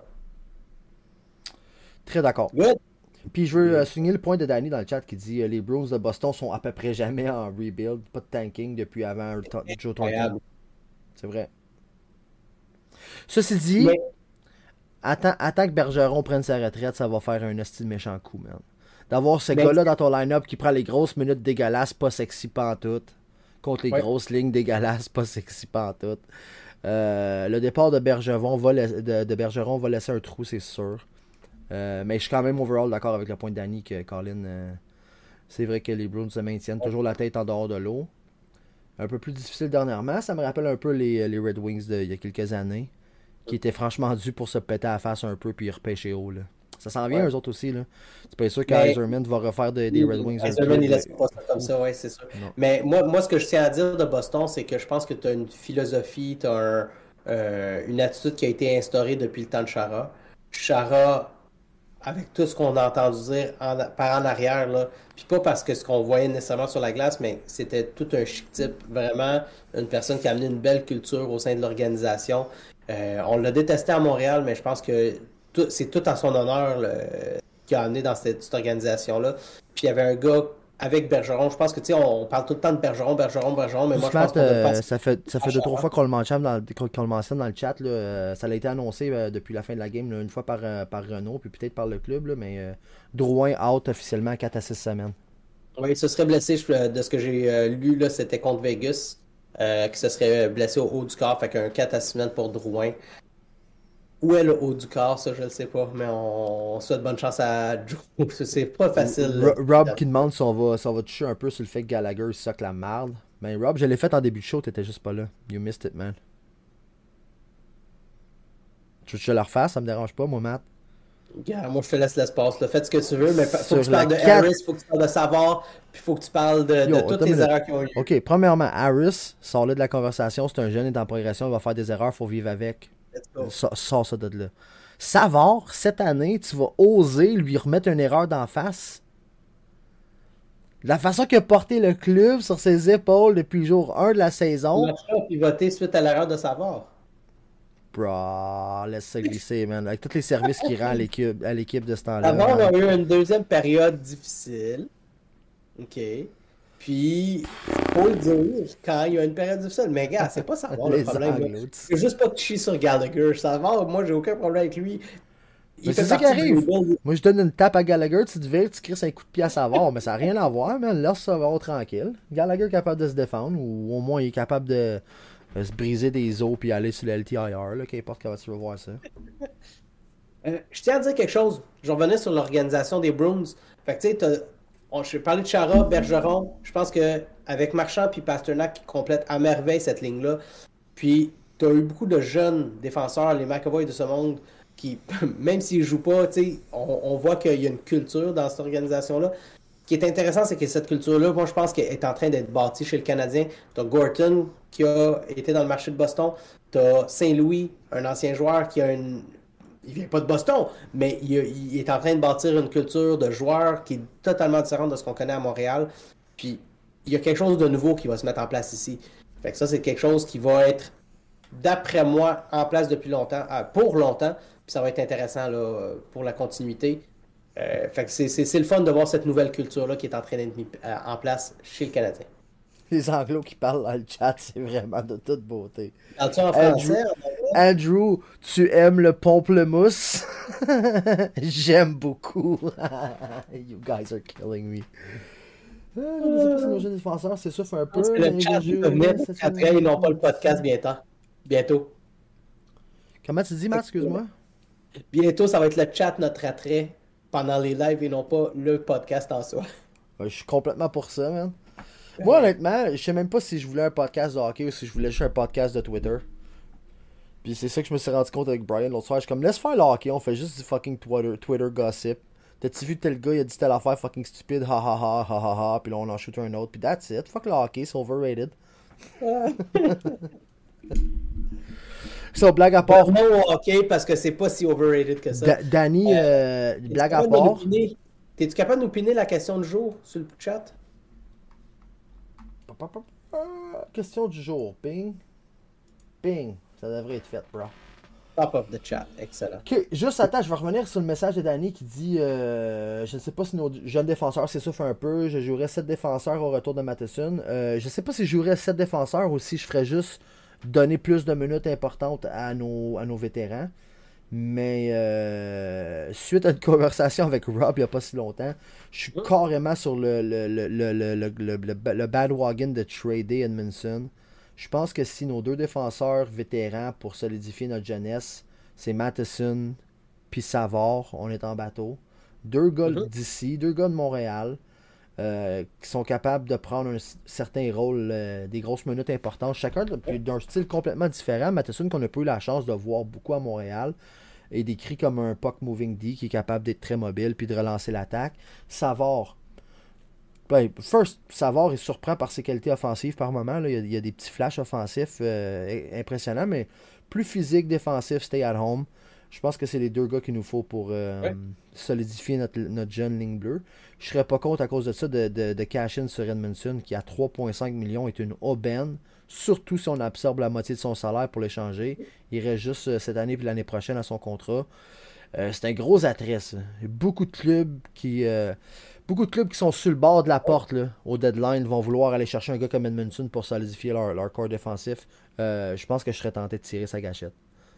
Très d'accord. Good. Puis je veux souligner le point de Danny dans le chat qui dit les Bruins de Boston sont à peu près jamais en rebuild, pas de tanking depuis avant Joe Thornton. Incroyable. C'est vrai. Ceci dit, Mais, attends que Bergeron prenne sa retraite, ça va faire un hostile méchant coup, man. D'avoir ce mais gars-là dans ton line-up qui prend les grosses minutes dégueulasses, pas sexy pantoute, contre les ouais. grosses lignes dégueulasses, pas sexy pantoute. Le départ de Bergeron va laisser un trou, c'est sûr. Mais je suis quand même overall d'accord avec le point de Danny que Colin, c'est vrai que les Bruins se maintiennent toujours la tête en dehors de l'eau. Un peu plus difficile dernièrement. Ça me rappelle un peu les Red Wings il y a quelques années, qui étaient franchement dus pour se péter à la face un peu puis repêcher haut. Là. Ça s'en vient Ouais. eux autres aussi. Là. C'est pas sûr Mais qu'Eiserman va refaire des Red Wings un Eiserman, club. il laisse pas ça comme ça, ouais, c'est sûr. Non. Mais moi, ce que je tiens à dire de Boston, c'est que je pense que tu as une philosophie, tu as une attitude qui a été instaurée depuis le temps de Chara. Chara, avec tout ce qu'on a entendu dire par en arrière, là, puis pas parce que ce qu'on voyait nécessairement sur la glace, mais c'était tout un chic type, vraiment une personne qui a amené une belle culture au sein de l'organisation. On l'a détesté à Montréal, mais je pense que c'est tout en son honneur qui a amené dans cette organisation-là. Puis il y avait un gars avec Bergeron, je pense que, tu sais, on parle tout le temps de Bergeron, Bergeron, Bergeron, mais moi je pense Matt, qu'on a pensé ça fait à 2-3 Chara. fois qu'on le mentionne dans le chat. Là, ça a été annoncé depuis la fin de la game, là, une fois par Renault, puis peut-être par le club. Là, mais Drouin out officiellement 4 à 6 semaines. Oui, il se serait blessé, de ce que j'ai lu, là, c'était contre Vegas, qui se serait blessé au haut du corps, fait qu'un 4 à 6 semaines pour Drouin. Où est le haut du corps, ça, je ne sais pas, mais on souhaite bonne chance à Joe. C'est pas facile, là. Rob qui demande si on va toucher un peu sur le fait que Gallagher soque la marde. Mais Rob, je l'ai fait en début de show, t'étais juste pas là. You missed it, man. Tu veux que je le refasse? Ça me dérange pas, moi, Matt. Gars, moi, je te laisse l'espace. Là. Fais ce que tu veux, mais faut que Sur tu la parles de 4. Harris, faut que tu parles de Savard, puis faut que tu parles Yo, de toutes attends une les minute. erreurs qui ont eu. Ok, premièrement, Harris, sors-le de la conversation. C'est un jeune, il est en progression, il va faire des erreurs, faut vivre avec. Let's go. Sors ça de là. Savard, cette année, tu vas oser lui remettre une erreur d'en face. La façon qu'il a porté le club sur ses épaules depuis le jour 1 de la saison. Le match a pivoté suite à l'erreur de Savard. Bro, laisse ça glisser, man. Avec tous les services qu'il rend à l'équipe de ce temps-là. Savard man. a eu une deuxième période difficile. OK. Puis, faut le dire, quand il y a une période difficile. Mais gars, c'est pas Savard le Les problème. Là. angles, C'est juste pas de chier sur Gallagher. Savard, moi, j'ai aucun problème avec lui. Il Mais fait c'est ça qui partie du arrive. rebuild. Moi, je donne une tape à Gallagher, tu te vires, tu crisses un coup de pied à Savard, mais ça n'a rien à voir, man. Laisse Savard tranquille. Gallagher est capable de se défendre, ou au moins il est capable de se briser des os puis aller sur le LTIR, là, qu'importe comment tu veux voir ça. Je tiens à dire quelque chose. Je revenais sur l'organisation des Bruins. Fait que tu sais, je parlais de Chara, Bergeron. Je pense que avec Marchand puis Pasternak qui complètent à merveille cette ligne-là. Puis tu as eu beaucoup de jeunes défenseurs, les McAvoy de ce monde, qui, même s'ils jouent pas, tu sais, on voit qu'il y a une culture dans cette organisation-là. Ce qui est intéressant, c'est que cette culture-là, moi, je pense qu'elle est en train d'être bâtie chez le Canadien. Tu as Gorton, qui a été dans le marché de Boston. Tu as Saint-Louis, un ancien joueur qui a une... Il vient pas de Boston, mais il est en train de bâtir une culture de joueurs qui est totalement différente de ce qu'on connaît à Montréal. Puis, il y a quelque chose de nouveau qui va se mettre en place ici. Fait que ça, c'est quelque chose qui va être, d'après moi, en place depuis longtemps, pour longtemps. Puis ça va être intéressant là, pour la continuité. Fait que c'est le fun de voir cette nouvelle culture-là qui est en train d'être mise en place chez le Canadien. Les anglos qui parlent dans le chat, c'est vraiment de toute beauté. Parles-tu en Andrew, français? Andrew, tu aimes le pamplemousse? J'aime beaucoup. You guys are killing me. Je ne sais pas si nos jeunes défenseurs s'essoufflent un peu. C'est le chat qui peut venir après, ils n'ont pas le podcast bientôt. Comment tu dis, Matt, excuse-moi? Bientôt, ça va être le chat, notre attrait, pendant les lives et non pas le podcast en soi. Je suis complètement pour ça, man. Moi, honnêtement, je sais même pas si je voulais un podcast de hockey ou si je voulais juste un podcast de Twitter. Puis c'est ça que je me suis rendu compte avec Brian l'autre soir. Je suis comme, laisse faire le hockey, on fait juste du fucking Twitter gossip. T'as-tu vu tel gars, il a dit telle affaire fucking stupide, ha ha ha ha ha ha, puis là on en shoot un autre, puis that's it. Fuck le hockey, c'est overrated. So, blague à part. Non, ok, parce que c'est pas si overrated que ça. Danny, blague à part. T'es-tu capable de nous piner la question du jour sur le chat? Question du jour. Ping. Ping. Ça devrait être fait, bro. Top of the chat. Excellent. Ok, juste attends, je vais revenir sur le message de Danny qui dit je ne sais pas si nos jeunes défenseurs s'essoufflent un peu. Je jouerais 7 défenseurs au retour de Matheson. Je sais pas si je jouerais 7 défenseurs ou si je ferais juste donner plus de minutes importantes à nos vétérans. Mais suite à une conversation avec Rob il n'y a pas si longtemps, je suis carrément sur le bandwagon de trader Edmondson. Je pense que si nos deux défenseurs vétérans pour solidifier notre jeunesse, c'est Matheson puis Savard, on est en bateau. Deux gars d'ici, deux gars de Montréal, qui sont capables de prendre un certain rôle, des grosses minutes importantes, chacun d'un style complètement différent. Matheson qu'on n'a pas eu la chance de voir beaucoup à Montréal, est décrit comme un puck moving D qui est capable d'être très mobile puis de relancer l'attaque. Savard, Savard, il surprend par ses qualités offensives par moment. Là. Il y a des petits flashs offensifs impressionnants, mais plus physique, défensif, stay at home. Je pense que c'est les deux gars qu'il nous faut pour solidifier notre jeune ligne bleue. Je serais pas contre à cause de ça de cash-in sur Edmondson, qui à 3,5 millions est une aubaine. Surtout si on absorbe la moitié de son salaire pour l'échanger. Il reste juste cette année et l'année prochaine à son contrat. C'est un gros attrait, ça. Il y a beaucoup de clubs qui sont sur le bord de la porte là, au deadline vont vouloir aller chercher un gars comme Edmondson pour solidifier leur corps défensif. Je pense que je serais tenté de tirer sa gâchette.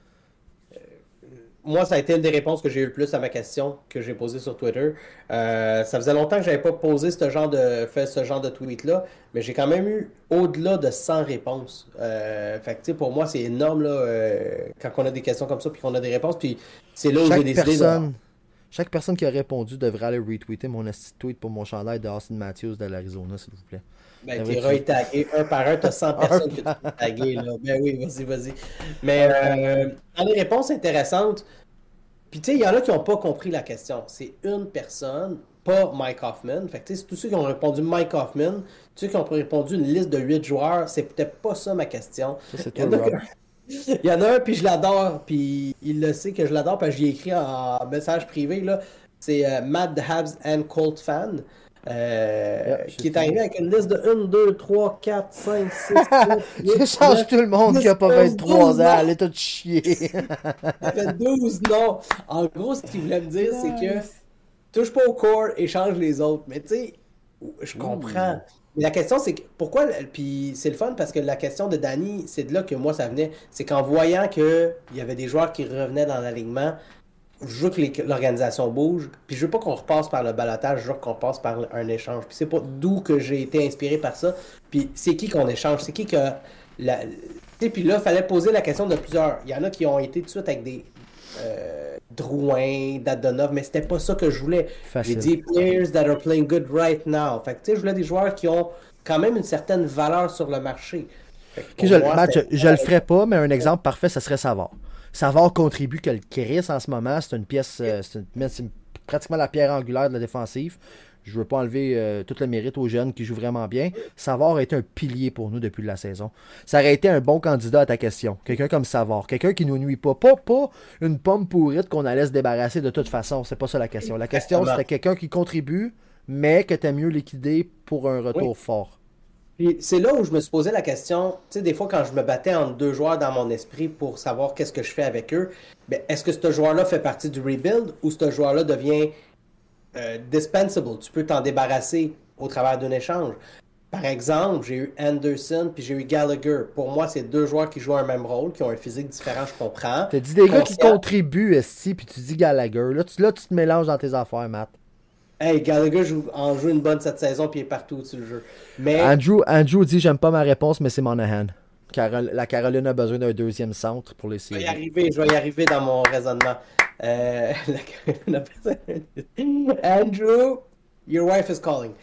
Moi, ça a été une des réponses que j'ai eu le plus à ma question que j'ai posée sur Twitter. Ça faisait longtemps que j'avais pas posé ce genre de tweet-là, mais j'ai quand même eu au-delà de 100 réponses. Fait que, pour moi, c'est énorme là, quand on a des questions comme ça puis qu'on a des réponses. Puis c'est là où j'ai décidé Chaque personne qui a répondu devrait aller retweeter mon esti de tweet pour mon chandail de Austin Matthews de l'Arizona, s'il vous plaît. Ben, tu iras y taguer un par un, t'as 100 personnes que tu peux taguer, là. Ben oui, vas-y. Mais dans les réponses intéressantes, puis tu sais, il y en a qui n'ont pas compris la question. C'est une personne, pas Mike Hoffman. Fait que tu sais, c'est tous ceux qui ont répondu Mike Hoffman, ceux qui ont répondu une liste de 8 joueurs, c'est peut-être pas ça ma question. Ça, c'est Il y toi, en a Rob. il y en a un, puis je l'adore, puis il le sait que je l'adore, parce que j'y ai écrit en message privé, là. C'est Matt the Habs and Colt fan, Yeah, je qui est sais. arrivé avec une liste de 1, 2, 3, 4, 5, 6, 7, 8, J'échange 9, tout le monde 10, qui a pas 11, 23 12 ans. noms. Allez tout chier. Ça fait 12 noms. En gros, ce qu'il voulait me dire, c'est que Nice. touche pas au corps, échange les autres. Mais tu sais, je comprends. Mais la question, c'est que pourquoi. Puis c'est le fun parce que la question de Danny, c'est de là que moi ça venait. C'est qu'en voyant qu'il y avait des joueurs qui revenaient dans l'alignement, je veux que l'organisation bouge. Puis je veux pas qu'on repasse par le balotage, je veux qu'on repasse par un échange. Puis c'est pas d'où que j'ai été inspiré par ça. Puis c'est qui qu'on échange? C'est qui que. Tu sais, puis là, il fallait poser la question de plusieurs. Il y en a qui ont été tout de suite avec des. Drouin, Dadonov, mais c'était pas ça que je voulais. J'ai Facile. dit players that are playing good right now. Fait que tu sais, je voulais des joueurs qui ont quand même une certaine valeur sur le marché. Fait que Ok, pour moi, Match, c'était- je le ferai pas, mais un exemple parfait, ça serait Savard. Savard contribue que le Chris en ce moment. C'est une pièce, c'est pratiquement la pierre angulaire de la défensive. Je veux pas enlever tout le mérite aux jeunes qui jouent vraiment bien. Savard a été un pilier pour nous depuis la saison. Ça aurait été un bon candidat à ta question. Quelqu'un comme Savard. Quelqu'un qui nous nuit pas. Pas une pomme pourrite qu'on allait se débarrasser de toute façon. C'est pas ça la question. La question, Exactement. c'était quelqu'un qui contribue, mais que t'aimes mieux liquider pour un retour Oui. fort. Puis c'est là où je me suis posé la question, tu sais, des fois quand je me battais entre deux joueurs dans mon esprit pour savoir qu'est-ce que je fais avec eux, ben, est-ce que ce joueur-là fait partie du rebuild ou ce joueur-là devient dispensable? Tu peux t'en débarrasser au travers d'un échange. Par exemple, j'ai eu Anderson puis j'ai eu Gallagher. Pour moi, c'est deux joueurs qui jouent un même rôle, qui ont un physique différent, je comprends. T'as dit des gars qui Conscient. contribuent, esti, puis tu dis Gallagher. Là, tu te mélanges dans tes affaires, Matt. Hey, Gallagher en joue une bonne cette saison puis il est partout sur le jeu. Mais Andrew dit j'aime pas ma réponse, mais c'est Monahan. La Caroline a besoin d'un deuxième centre pour les séries. je vais y arriver dans mon raisonnement. Andrew, your wife is calling.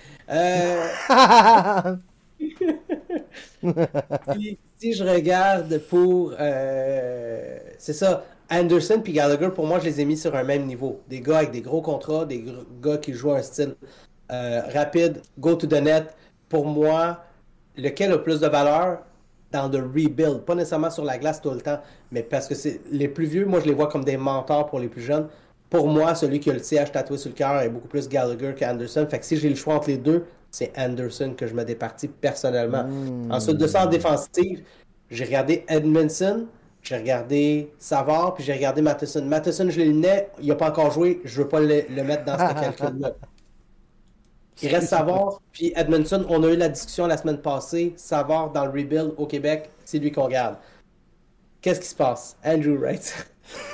Si je regarde pour... c'est ça, Anderson puis Gallagher, pour moi, je les ai mis sur un même niveau. Des gars avec des gros contrats, des gars qui jouent un style rapide, go to the net. Pour moi, lequel a plus de valeur dans le rebuild? Pas nécessairement sur la glace tout le temps, mais parce que c'est les plus vieux, moi, je les vois comme des mentors pour les plus jeunes. Pour moi, celui qui a le CH tatoué sur le cœur est beaucoup plus Gallagher qu'Anderson. Fait que si j'ai le choix entre les deux, c'est Anderson que je me départis personnellement. Ensuite de ça, en défensive, j'ai regardé Edmondson, j'ai regardé Savard, puis j'ai regardé Matheson. Matheson, je l'éliminais, il n'a pas encore joué, je veux pas le mettre dans ce calcul-là. Il reste Savard, puis Edmondson, on a eu la discussion la semaine passée, Savard dans le rebuild au Québec, c'est lui qu'on garde. Qu'est-ce qui se passe? Andrew Wright.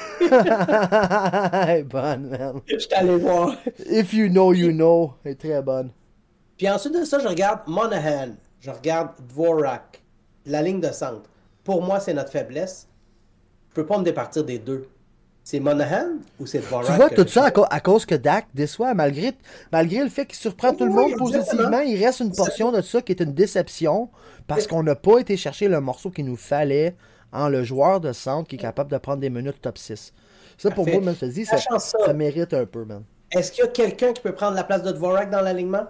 Elle est bonne, man. Je suis allé voir. If you know, you know. Elle est très bonne. Puis ensuite de ça, je regarde Monahan, je regarde Dvorak, la ligne de centre. Pour moi, c'est notre faiblesse. Je peux pas me départir des deux. C'est Monahan ou c'est Dvorak? Tu vois que tout ça à cause que Dak déçoit, malgré le fait qu'il surprend tout le Oui, monde exactement. positivement, il reste une portion de ça qui est une déception parce qu'on n'a pas été chercher le morceau qu'il nous fallait en le joueur de centre qui est capable de prendre des minutes top 6. Ça, pour Parfait. moi, man, je te dis, ça Sachant ça, mérite un peu, man. est-ce qu'il y a quelqu'un qui peut prendre la place de Dvorak dans l'alignement?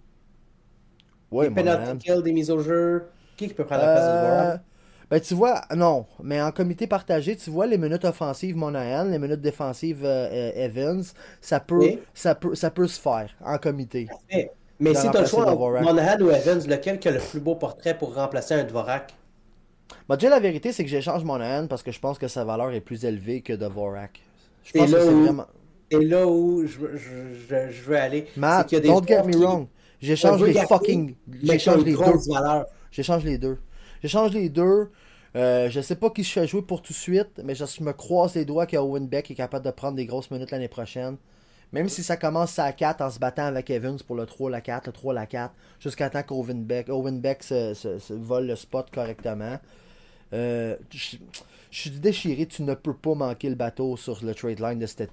Oui, Des penalty kills, des mises au jeu. Qui peut prendre la place de Dvorak? Ben, tu vois, non, mais en comité partagé, tu vois les minutes offensives Monahan, les minutes défensives Evans, ça peut, Oui. ça peut se faire en comité. Mais De si tu as le remplacer choix entre Dvorak. Monahan ou Evans, lequel qui a le plus beau portrait pour remplacer un Dvorak? Bah, déjà, la vérité, c'est que j'échange Monahan parce que je pense que sa valeur est plus élevée que Dvorak. Je C'est pense que là c'est où- vraiment. Et là où je veux aller, c'est Matt, qu'il y a des don't get joueurs me qui- wrong. J'échange veut les garder, fucking. mais qui ont J'échange une les deux. grosse valeur. J'échange les deux. J'échange les deux. Je sais pas qui je fais jouer pour tout de suite, mais je me croise les doigts qu'Owen Beck est capable de prendre des grosses minutes l'année prochaine. Même si ça commence à 4 en se battant avec Evans pour le 3 la 4, le 3 la 4, jusqu'à temps qu'Owen Beck se vole le spot correctement. Je suis déchiré, tu ne peux pas manquer le bateau sur le trade line de cet été.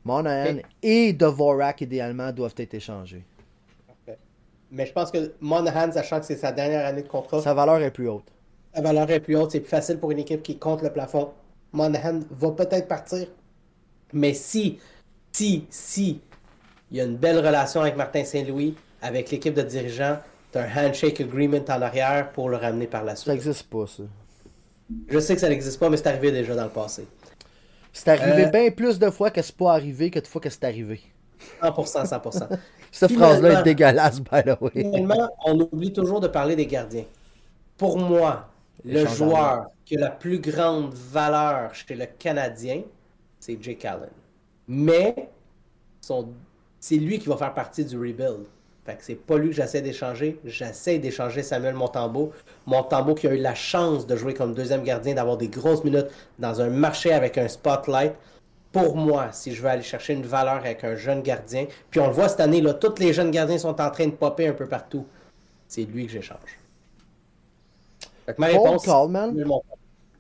Monahan Ok. et Dvorak, idéalement, doivent être échangés. Parfait. Mais je pense que Monahan, sachant que c'est sa dernière année de contrat, Sa valeur est plus haute. sa valeur est plus haute. C'est plus facile pour une équipe qui compte le plafond. Monahan va peut-être partir. Mais si, il y a une belle relation avec Martin Saint-Louis, avec l'équipe de dirigeants, tu as un handshake agreement en arrière pour le ramener par la Ça suite. n'existe pas, ça. Je sais que ça n'existe pas, mais c'est arrivé déjà dans le passé. C'est arrivé Euh, bien plus de fois que c'est pas arrivé que de fois que c'est arrivé. 100%, 100%. Cette phrase-là est Finalement, dégueulasse, by the way. finalement, on oublie toujours de parler des gardiens. Pour moi, le Échange d'argent. joueur qui a la plus grande valeur chez le Canadien, c'est Jake Allen. Mais c'est lui qui va faire partie du rebuild. Fait que c'est pas lui que j'essaie d'échanger. J'essaie d'échanger Samuel Montembeault. Montembeault qui a eu la chance de jouer comme deuxième gardien, d'avoir des grosses minutes dans un marché avec un spotlight. Pour moi, si je veux aller chercher une valeur avec un jeune gardien, puis on le voit cette année, là, tous les jeunes gardiens sont en train de popper un peu partout. C'est lui que j'échange. Fait que ma Cold réponse, call, c'est man. Samuel Montembeault.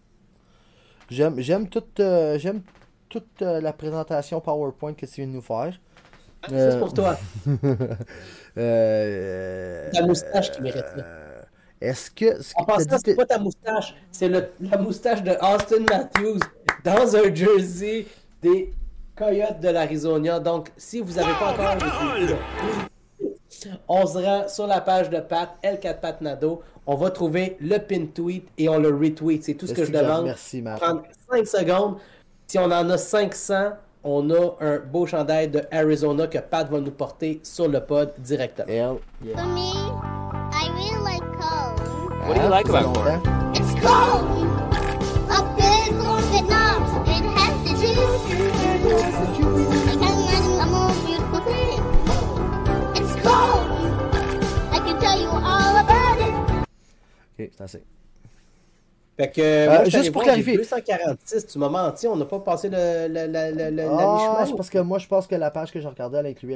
J'aime toute la présentation PowerPoint que tu viens de nous faire. Ça, c'est pour toi. Euh, Ta moustache qui mérite ça. Est-ce que En t'as passant, dit c'est pas ta moustache, c'est la moustache de Austin Matthews dans un jersey des Coyotes de l'Arizona. Donc, si vous n'avez pas encore écouté, on se rend sur la page de Pat, L4 Pat Nadeau. On va trouver le pin tweet et on le retweet. C'est tout ce que je demande. Merci, Matt. Prendre 5 secondes. Si on en a 500, on a un beau chandail de Arizona que Pat va nous porter sur le pod directement. Elle, yeah. For me, I really like cold. What do you like Ça fait about corn? longtemps. It's cold. A big corn Vietnam. It has the juice. I can't imagine a more beautiful thing. It's cold. I can tell you all about it. Ok, c'est assez. Fait que, moi, je suis juste allé pour voir les clarifier. 246, tu m'as menti, on n'a pas passé la Ah, mi-chemin. c'est parce que moi, je pense que la page que je regardais, elle incluait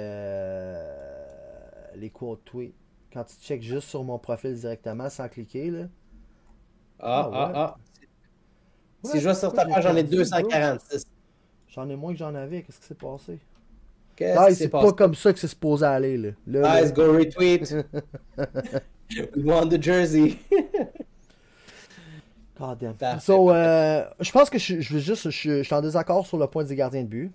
les quote tweets. Quand tu checkes juste sur mon profil directement sans cliquer, là. Ah. Ouais, Si je vais sur ta pourquoi page, j'en ai j'ai perdu, bro? 246. J'en ai moins que j'en avais. Qu'est-ce qui s'est passé? Qu'est-ce Ah, qui c'est s'est pas passé? comme ça que c'est supposé aller, là. Guys, go retweet. We want the jersey. God damn. Parfait, So, je pense que je suis en désaccord sur le point du gardien de but.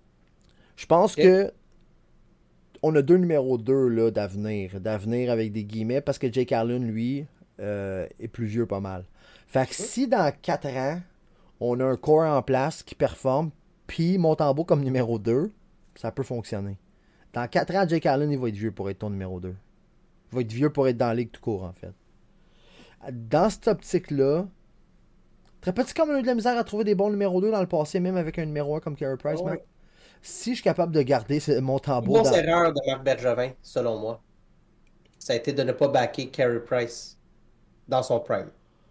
Je pense Ok. que on a deux numéros 2 là, d'avenir avec des guillemets, parce que Jake Allen, lui, est plus vieux pas mal. Fait que si dans 4 ans, on a un corps en place qui performe, puis Montembeault comme numéro 2, ça peut fonctionner. Dans 4 ans, Jake Allen, il va être vieux pour être ton numéro 2. Il va être vieux pour être dans la ligue tout court, en fait. Dans cette optique-là, te rappelles-tu comme on a eu de la misère à trouver des bons numéros 2 dans le passé, même avec un numéro 1 comme Carey Price, Ouais. Mac? Si je suis capable de garder Montembeault Grosse dans... erreur de Marc Bergevin, selon moi. Ça a été de ne pas backer Carey Price dans son prime.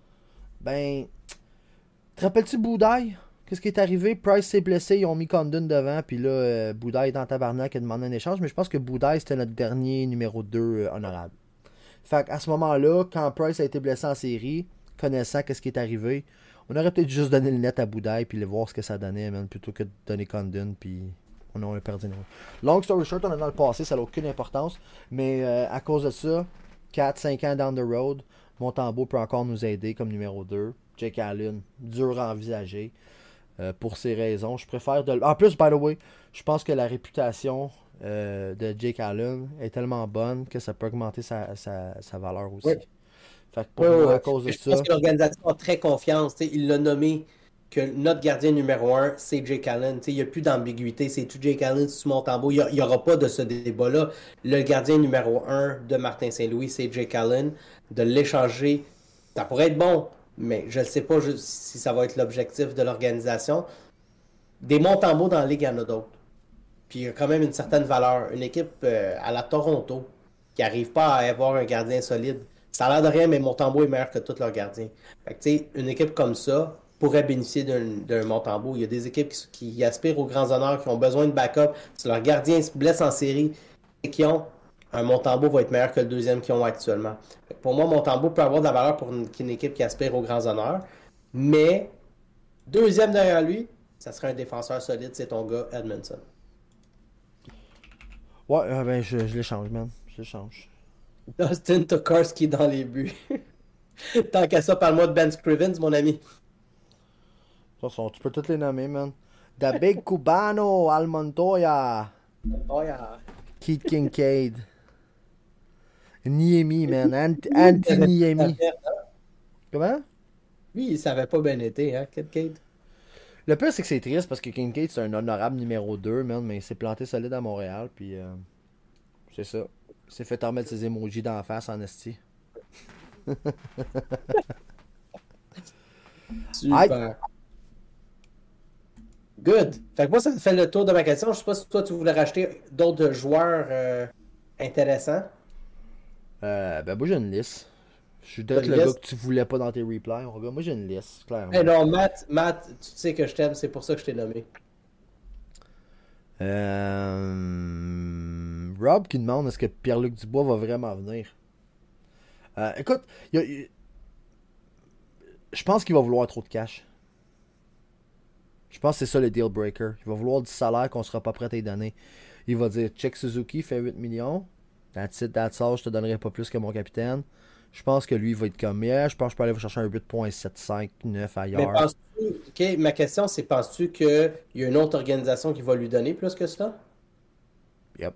Ben, te rappelles-tu Boudaille? Qu'est-ce qui est arrivé? Price s'est blessé, ils ont mis Condon devant, puis là, Boudaille est en tabarnak et a demandé un échange, mais je pense que Boudaille, c'était notre dernier numéro 2 honorable. Fait qu'à ce moment-là, quand Price a été blessé en série, connaissant qu'est-ce qui est arrivé, on aurait peut-être juste donné le net à Boudaille, puis voir ce que ça donnait, man, plutôt que de donner Condon, puis on aurait perdu. Long story short, on est dans le passé, ça n'a aucune importance, mais à cause de ça, 4-5 ans down the road, Montembeault peut encore nous aider comme numéro 2. Jake Allen, dur à envisager. Pour ces raisons, je préfère de... En plus, by the way, je pense que la réputation de Jake Allen est tellement bonne que ça peut augmenter sa valeur aussi. Oui. Fait que pour moi, à cause de Je ça... pense que l'organisation a très confiance. T'sais, il l'a nommé que notre gardien numéro 1, c'est Jake Allen. Il n'y a plus d'ambiguïté. C'est tout Jake Allen, c'est Montembeault. Il n'y aura pas de ce débat-là. Le gardien numéro 1 de Martin Saint-Louis, c'est Jake Allen. De l'échanger, ça pourrait être bon, mais je ne sais pas si ça va être l'objectif de l'organisation. Des Montembeault dans la Ligue, il y en a d'autres. Puis il y a quand même une certaine valeur. Une équipe à la Toronto qui n'arrive pas à avoir un gardien solide. Ça a l'air de rien, mais Montembeault est meilleur que tous leurs gardiens. Fait que, tu sais, une équipe comme ça pourrait bénéficier d'un Montembeault. Il y a des équipes qui aspirent aux grands honneurs, qui ont besoin de backup. Si leur gardien se blesse en série et qui ont un Montembeault va être meilleur que le deuxième qu'ils ont actuellement. Fait que pour moi, Montembeault peut avoir de la valeur pour une équipe qui aspire aux grands honneurs. Mais deuxième derrière lui, ça serait un défenseur solide, c'est ton gars Edmondson. Ouais, ben je l'échange, man. Je l'échange. Dustin Tokarski dans les buts. Tant qu'à ça, parle-moi de Ben Scrivens, mon ami. De toute façon, tu peux toutes les nommer, man. The Big Cubano, Al Montoya, Oh, yeah. Keith Kincaid, Niemi, man. Anti-Niemi. Comment? Lui, il savait pas bien été, hein, Kincaid. Le pire, c'est que c'est triste parce que Kincaid, c'est un honorable numéro 2, man, mais il s'est planté solide à Montréal, puis c'est ça. Il s'est fait remettre ses emojis d'en face en esti. Super. Good. Fait que moi, ça me fait le tour de ma question. Je sais pas si toi, tu voulais racheter d'autres joueurs intéressants. Ben moi j'ai une liste. Je suis T'as peut-être une le gars liste? que tu voulais pas dans tes replies, mon gars. Moi j'ai une liste, clairement. Eh non, Matt, tu sais que je t'aime, c'est pour ça que je t'ai nommé. Rob qui demande est-ce que Pierre-Luc Dubois va vraiment venir. Écoute, je pense qu'il va vouloir trop de cash. Je pense que c'est ça le deal breaker. Il va vouloir du salaire qu'on sera pas prêt à lui donner. Il va dire check Suzuki fait 8 millions. That's it, that's all, je te donnerai pas plus que mon capitaine. Je pense que lui il va être comme yeah, je pense que je peux aller chercher un 8.75, 9 Mais ailleurs. penses-tu, ok, ma question c'est, penses-tu qu'il y a une autre organisation qui va lui donner plus que ça? Yep.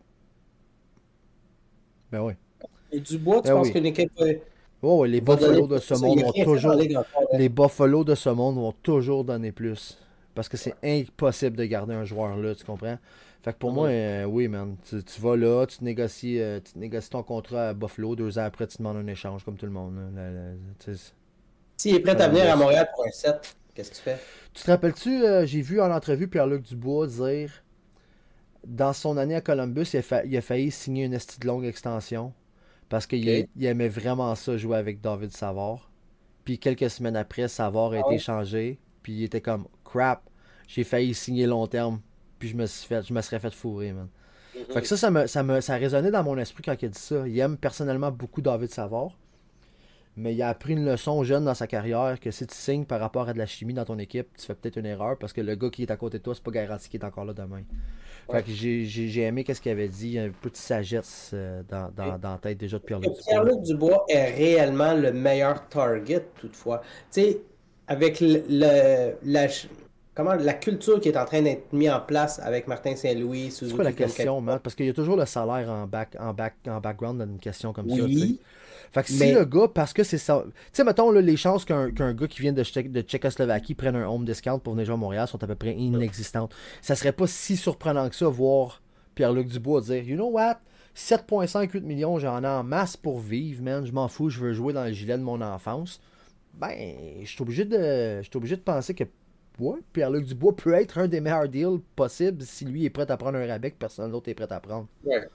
Ben oui. Et Dubois, tu Ben penses oui. qu'une équipe Oh, ouais, les va donner Buffalo de plus ce que ça? monde Il y a vont rien fait toujours. dans la Ligue encore, là. Les Buffalo de ce monde vont toujours donner plus. Parce que c'est impossible de garder un joueur là, tu comprends? Fait que pour moi, oui, man. Tu vas là, tu négocies ton contrat à Buffalo. 2 ans après, tu demandes un échange comme tout le monde. Là. Tu sais, S'il est prêt à venir à Montréal pour un 7, qu'est-ce que tu fais? tu te rappelles-tu, j'ai vu en entrevue Pierre-Luc Dubois dire dans son année à Columbus, il a failli signer une esti de longue extension. Parce qu'il Ok. il aimait vraiment ça jouer avec David Savard. Puis quelques semaines après, Savard a été ouais? échangé. Puis il était comme crap. J'ai failli signer long terme. Puis je me serais fait fourrer, man. Fait que ça a résonné dans mon esprit quand il a dit ça. Il aime personnellement beaucoup David Savard. Mais il a appris une leçon jeune dans sa carrière que si tu signes par rapport à de la chimie dans ton équipe, tu fais peut-être une erreur parce que le gars qui est à côté de toi, c'est pas garanti qu'il est encore là demain. Fait que j'ai aimé ce qu'il avait dit, un peu de sagesse dans la tête déjà de Pierre-Luc Dubois. Pierre-Luc Dubois est réellement le meilleur target, toutefois. Tu sais, avec la culture qui est en train d'être mise en place avec Martin Saint-Louis, C'est Suzuki quoi la comme question, man? Parce qu'il y a toujours le salaire en background dans une question comme ça, tu sais. Oui, Fait que si mais- le gars, parce que c'est ça. Tu sais, mettons, là, les chances qu'un gars qui vient de Tchécoslovaquie prenne un home discount pour venir jouer à Montréal sont à peu près inexistantes. Ça serait pas si surprenant que ça, voir Pierre-Luc Dubois dire You know what? 7,58 millions, j'en ai en masse pour vivre, man. Je m'en fous, je veux jouer dans le gilet de mon enfance. Ben, je suis obligé de penser que ouais, Pierre-Luc Dubois peut être un des meilleurs deals possibles si lui est prêt à prendre un rabais que personne d'autre est prêt à prendre. Ouais.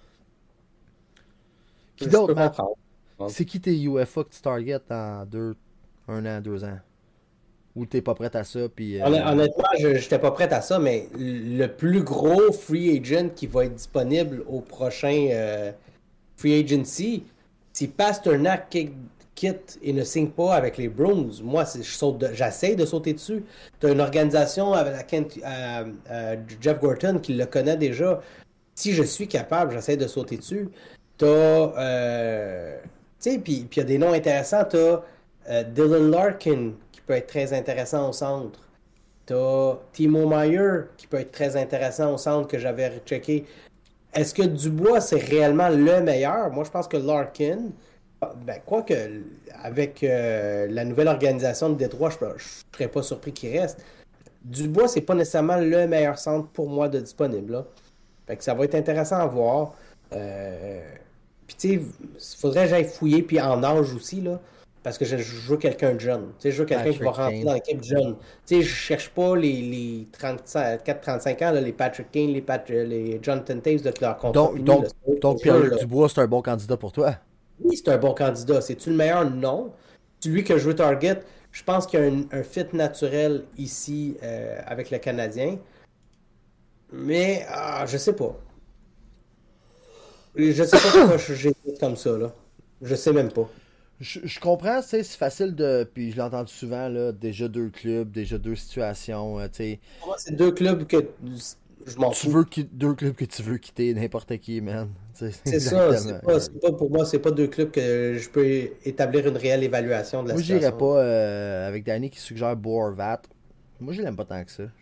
Qui Je d'autre, peux Matt? comprendre. C'est qui tes UFA que tu target en 1 an, 2 ans? Ou t'es pas prêt à ça, puis... Honnêtement, je n'étais pas prêt à ça, mais le plus gros free agent qui va être disponible au prochain free agency, si Pasternak quitte et ne signe pas avec les Bruins, moi, j'essaie de sauter dessus. Tu as une organisation avec Jeff Gorton qui le connaît déjà. Si je suis capable, j'essaie de sauter dessus. Tu as... tu sais, puis il y a des noms intéressants. Tu as Dylan Larkin qui peut être très intéressant au centre. T'as Timo Meier qui peut être très intéressant au centre que j'avais rechecké. Est-ce que Dubois c'est réellement le meilleur? Moi je pense que Larkin, ben quoique avec la nouvelle organisation de Détroit, je serais pas surpris qu'il reste. Dubois c'est pas nécessairement le meilleur centre pour moi de disponible là. Fait que ça va être intéressant à voir. Puis tu sais, il faudrait que j'aille fouiller puis en âge aussi là. Parce que je joue quelqu'un de jeune. Tu sais, je joue quelqu'un qui va Patrick rentrer Kane. dans l'équipe jeune. Tu sais, je cherche pas les 34-35 ans, là, les Patrick Kane, les Jonathan Taves de leur contrat fini, là. Donc Pierre-Luc Dubois, c'est un bon candidat pour toi. Oui, c'est un bon candidat. C'est-tu le meilleur? Non. Celui que je veux target, je pense qu'il y a un fit naturel ici avec le Canadien. Mais je sais pas. Je sais pas pourquoi j'hésite comme ça, là. Je sais même pas. Je comprends, tu sais, c'est facile de. Puis je l'ai entendu souvent, là, déjà 2 clubs, déjà 2 situations, tu sais. Pour moi, c'est 2 clubs que je m'en Tu fous. veux 2 clubs que tu veux quitter, n'importe qui, man. Tu sais, C'est ça, exactement. c'est pas pour moi, c'est pas 2 clubs que je peux établir une réelle évaluation de la Moi, j'irais situation. pas avec Danny qui suggère Bo Horvat. Moi, je l'aime pas tant que ça.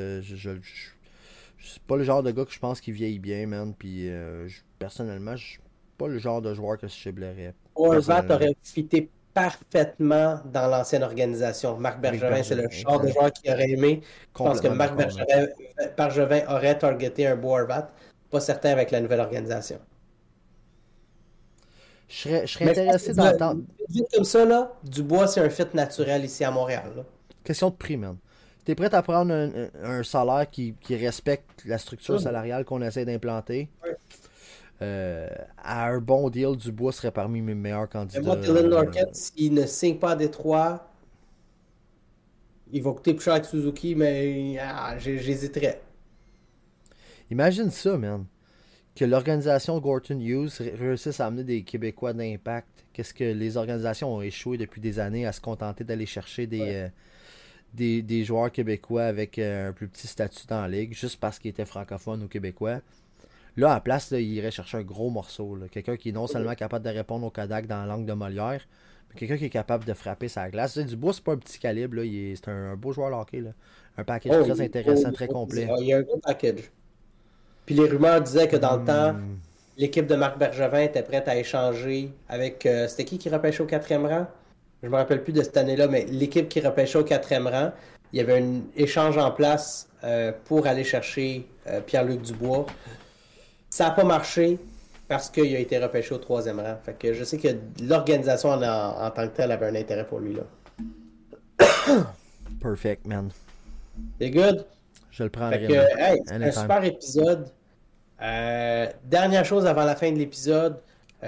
C'est pas le genre de gars que je pense qu'il vieillit bien, man. Puis, personnellement, je suis pas le genre de joueur que je ciblerais. Horvat Personnellement. aurait fité parfaitement dans l'ancienne organisation. Marc Avec Bergevin, c'est le Bergevin, genre de exact. joueur qu'il aurait aimé. Je pense que Complètement Marc d'accord, man. Bergevin aurait targeté un beau Horvat. Pas certain avec la nouvelle organisation. Je serais Mais je pense intéressé que d'entendre. vite comme ça, là, Dubois, c'est un fit naturel ici à Montréal. Là. Question de prix, man. T'es prêt à prendre un salaire qui respecte la structure Ouais. salariale qu'on essaie d'implanter? Ouais. À un bon deal, Dubois serait parmi mes meilleurs Mais candidats. moi, Dylan Larkin, s'il ne signe pas à Détroit, il va coûter plus cher que Suzuki, mais j'hésiterais. Imagine ça, man. Que l'organisation Gorton Hughes réussisse à amener des Québécois d'impact. Qu'est-ce que les organisations ont échoué depuis des années à se contenter d'aller chercher des joueurs québécois avec un plus petit statut dans la ligue, juste parce qu'ils étaient francophones ou québécois. Là, à la place, là, il irait chercher un gros morceau. Là. Quelqu'un qui est non seulement capable de répondre au Kodak dans la langue de Molière, mais quelqu'un qui est capable de frapper sa glace. Tu sais, Dubois, c'est pas un petit calibre. Là. C'est un beau joueur de hockey. Là. Un package très intéressant, très complet. Il y a un gros package. Puis les rumeurs disaient que dans le temps, Hmm. l'équipe de Marc Bergevin était prête à échanger avec. C'était qui repêchait au 4e rang? Je me rappelle plus de cette année-là, mais l'équipe qui repêchait au 4e rang, il y avait un échange en place pour aller chercher Pierre-Luc Dubois. Ça n'a pas marché parce qu'il a été repêché au 3e rang. Fait que je sais que l'organisation en tant que telle avait un intérêt pour lui. Là. Perfect, man. C'est good? Je le Fait prendrai. que, man. hey, c'est un Anytime. super épisode. Dernière chose avant la fin de l'épisode,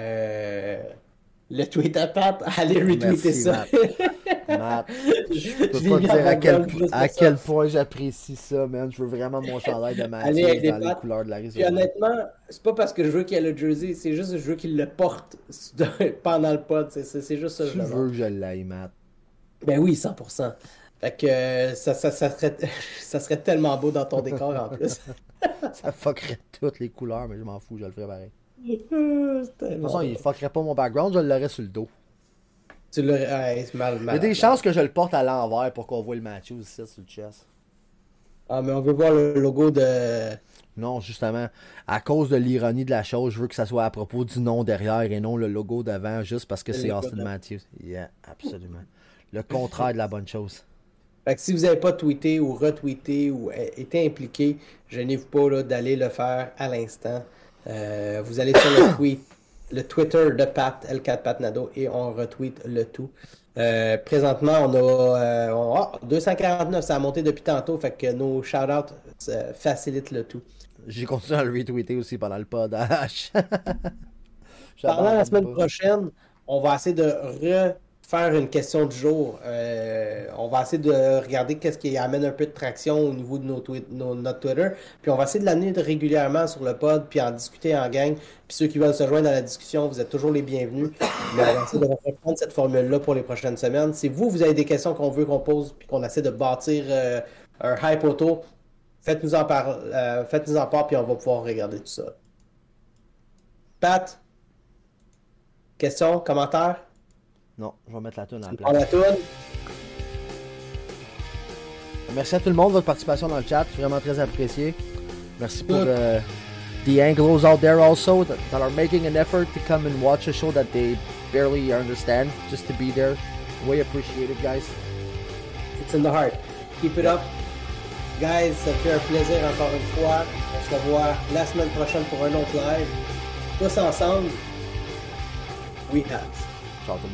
le tweet à Pat, allez retweeter Merci, ça. Matt, je peux Je l'ai pas mis te à dire ma à gueule juste pour quel ça. point j'apprécie ça, man. Je veux vraiment mon chandail de Allez avec Mathieu des dans les pattes. couleurs de Puis l'Arizona. honnêtement, c'est pas parce que je veux qu'il y ait le jersey, c'est juste que je veux qu'il le porte pendant le pod. C'est juste ça que je Tu demande. veux que je l'aille, Matt. Ben oui, 100%. Fait que ça serait, ça serait tellement beau dans ton décor en plus. Ça fuckerait toutes les couleurs, mais je m'en fous, je le ferais pareil. C'est De toute tellement façon, il drôle. fuckerait pas mon background, je l'aurais sur le dos. Tu l'aurais. Ouais, c'est mal, Il y a mal. des chances que je le porte à l'envers pour qu'on voit le Matthews ici sur le chest. Ah, mais on veut voir le logo de. Non, justement, à cause de l'ironie de la chose, je veux que ça soit à propos du nom derrière et non le logo d'avant, juste parce que Le c'est logo Austin d'avant. Matthews. Yeah, absolument. Le contraire de la bonne chose. Fait que si vous n'avez pas tweeté ou retweeté ou été impliqué, gênez-vous pas là, d'aller le faire à l'instant. Vous allez sur le Twitter de Pat, L4 Pat Nadeau, et on retweet le tout. Présentement, on a 249, ça a monté depuis tantôt, fait que nos shout-outs facilitent le tout. J'ai continué à le retweeter aussi pendant le pod. Pendant la semaine prochaine, on va essayer de refaire une question du jour. On va essayer de regarder qu'est-ce qui amène un peu de traction au niveau de notre Twitter. Puis on va essayer de l'amener régulièrement sur le pod, puis en discuter en gang. Puis ceux qui veulent se joindre à la discussion, vous êtes toujours les bienvenus. Mais on va essayer de reprendre cette formule-là pour les prochaines semaines. Si vous avez des questions qu'on veut qu'on pose, puis qu'on essaie de bâtir un hype autour, faites-nous en part, puis on va pouvoir regarder tout ça. Pat? Questions, commentaires? Non, je vais mettre la tune en On place. la tourne. Merci à tout le monde de votre participation dans le chat, c'est vraiment très apprécié. Merci pour the Anglos out there also that are making an effort to come and watch a show that they barely understand, just to be there. Way appreciated, guys. It's in the heart. Keep it up. Guys, ça fait un plaisir encore une fois. On se revoit la semaine prochaine pour un autre live. Tous ensemble, we have. Ciao tout le monde.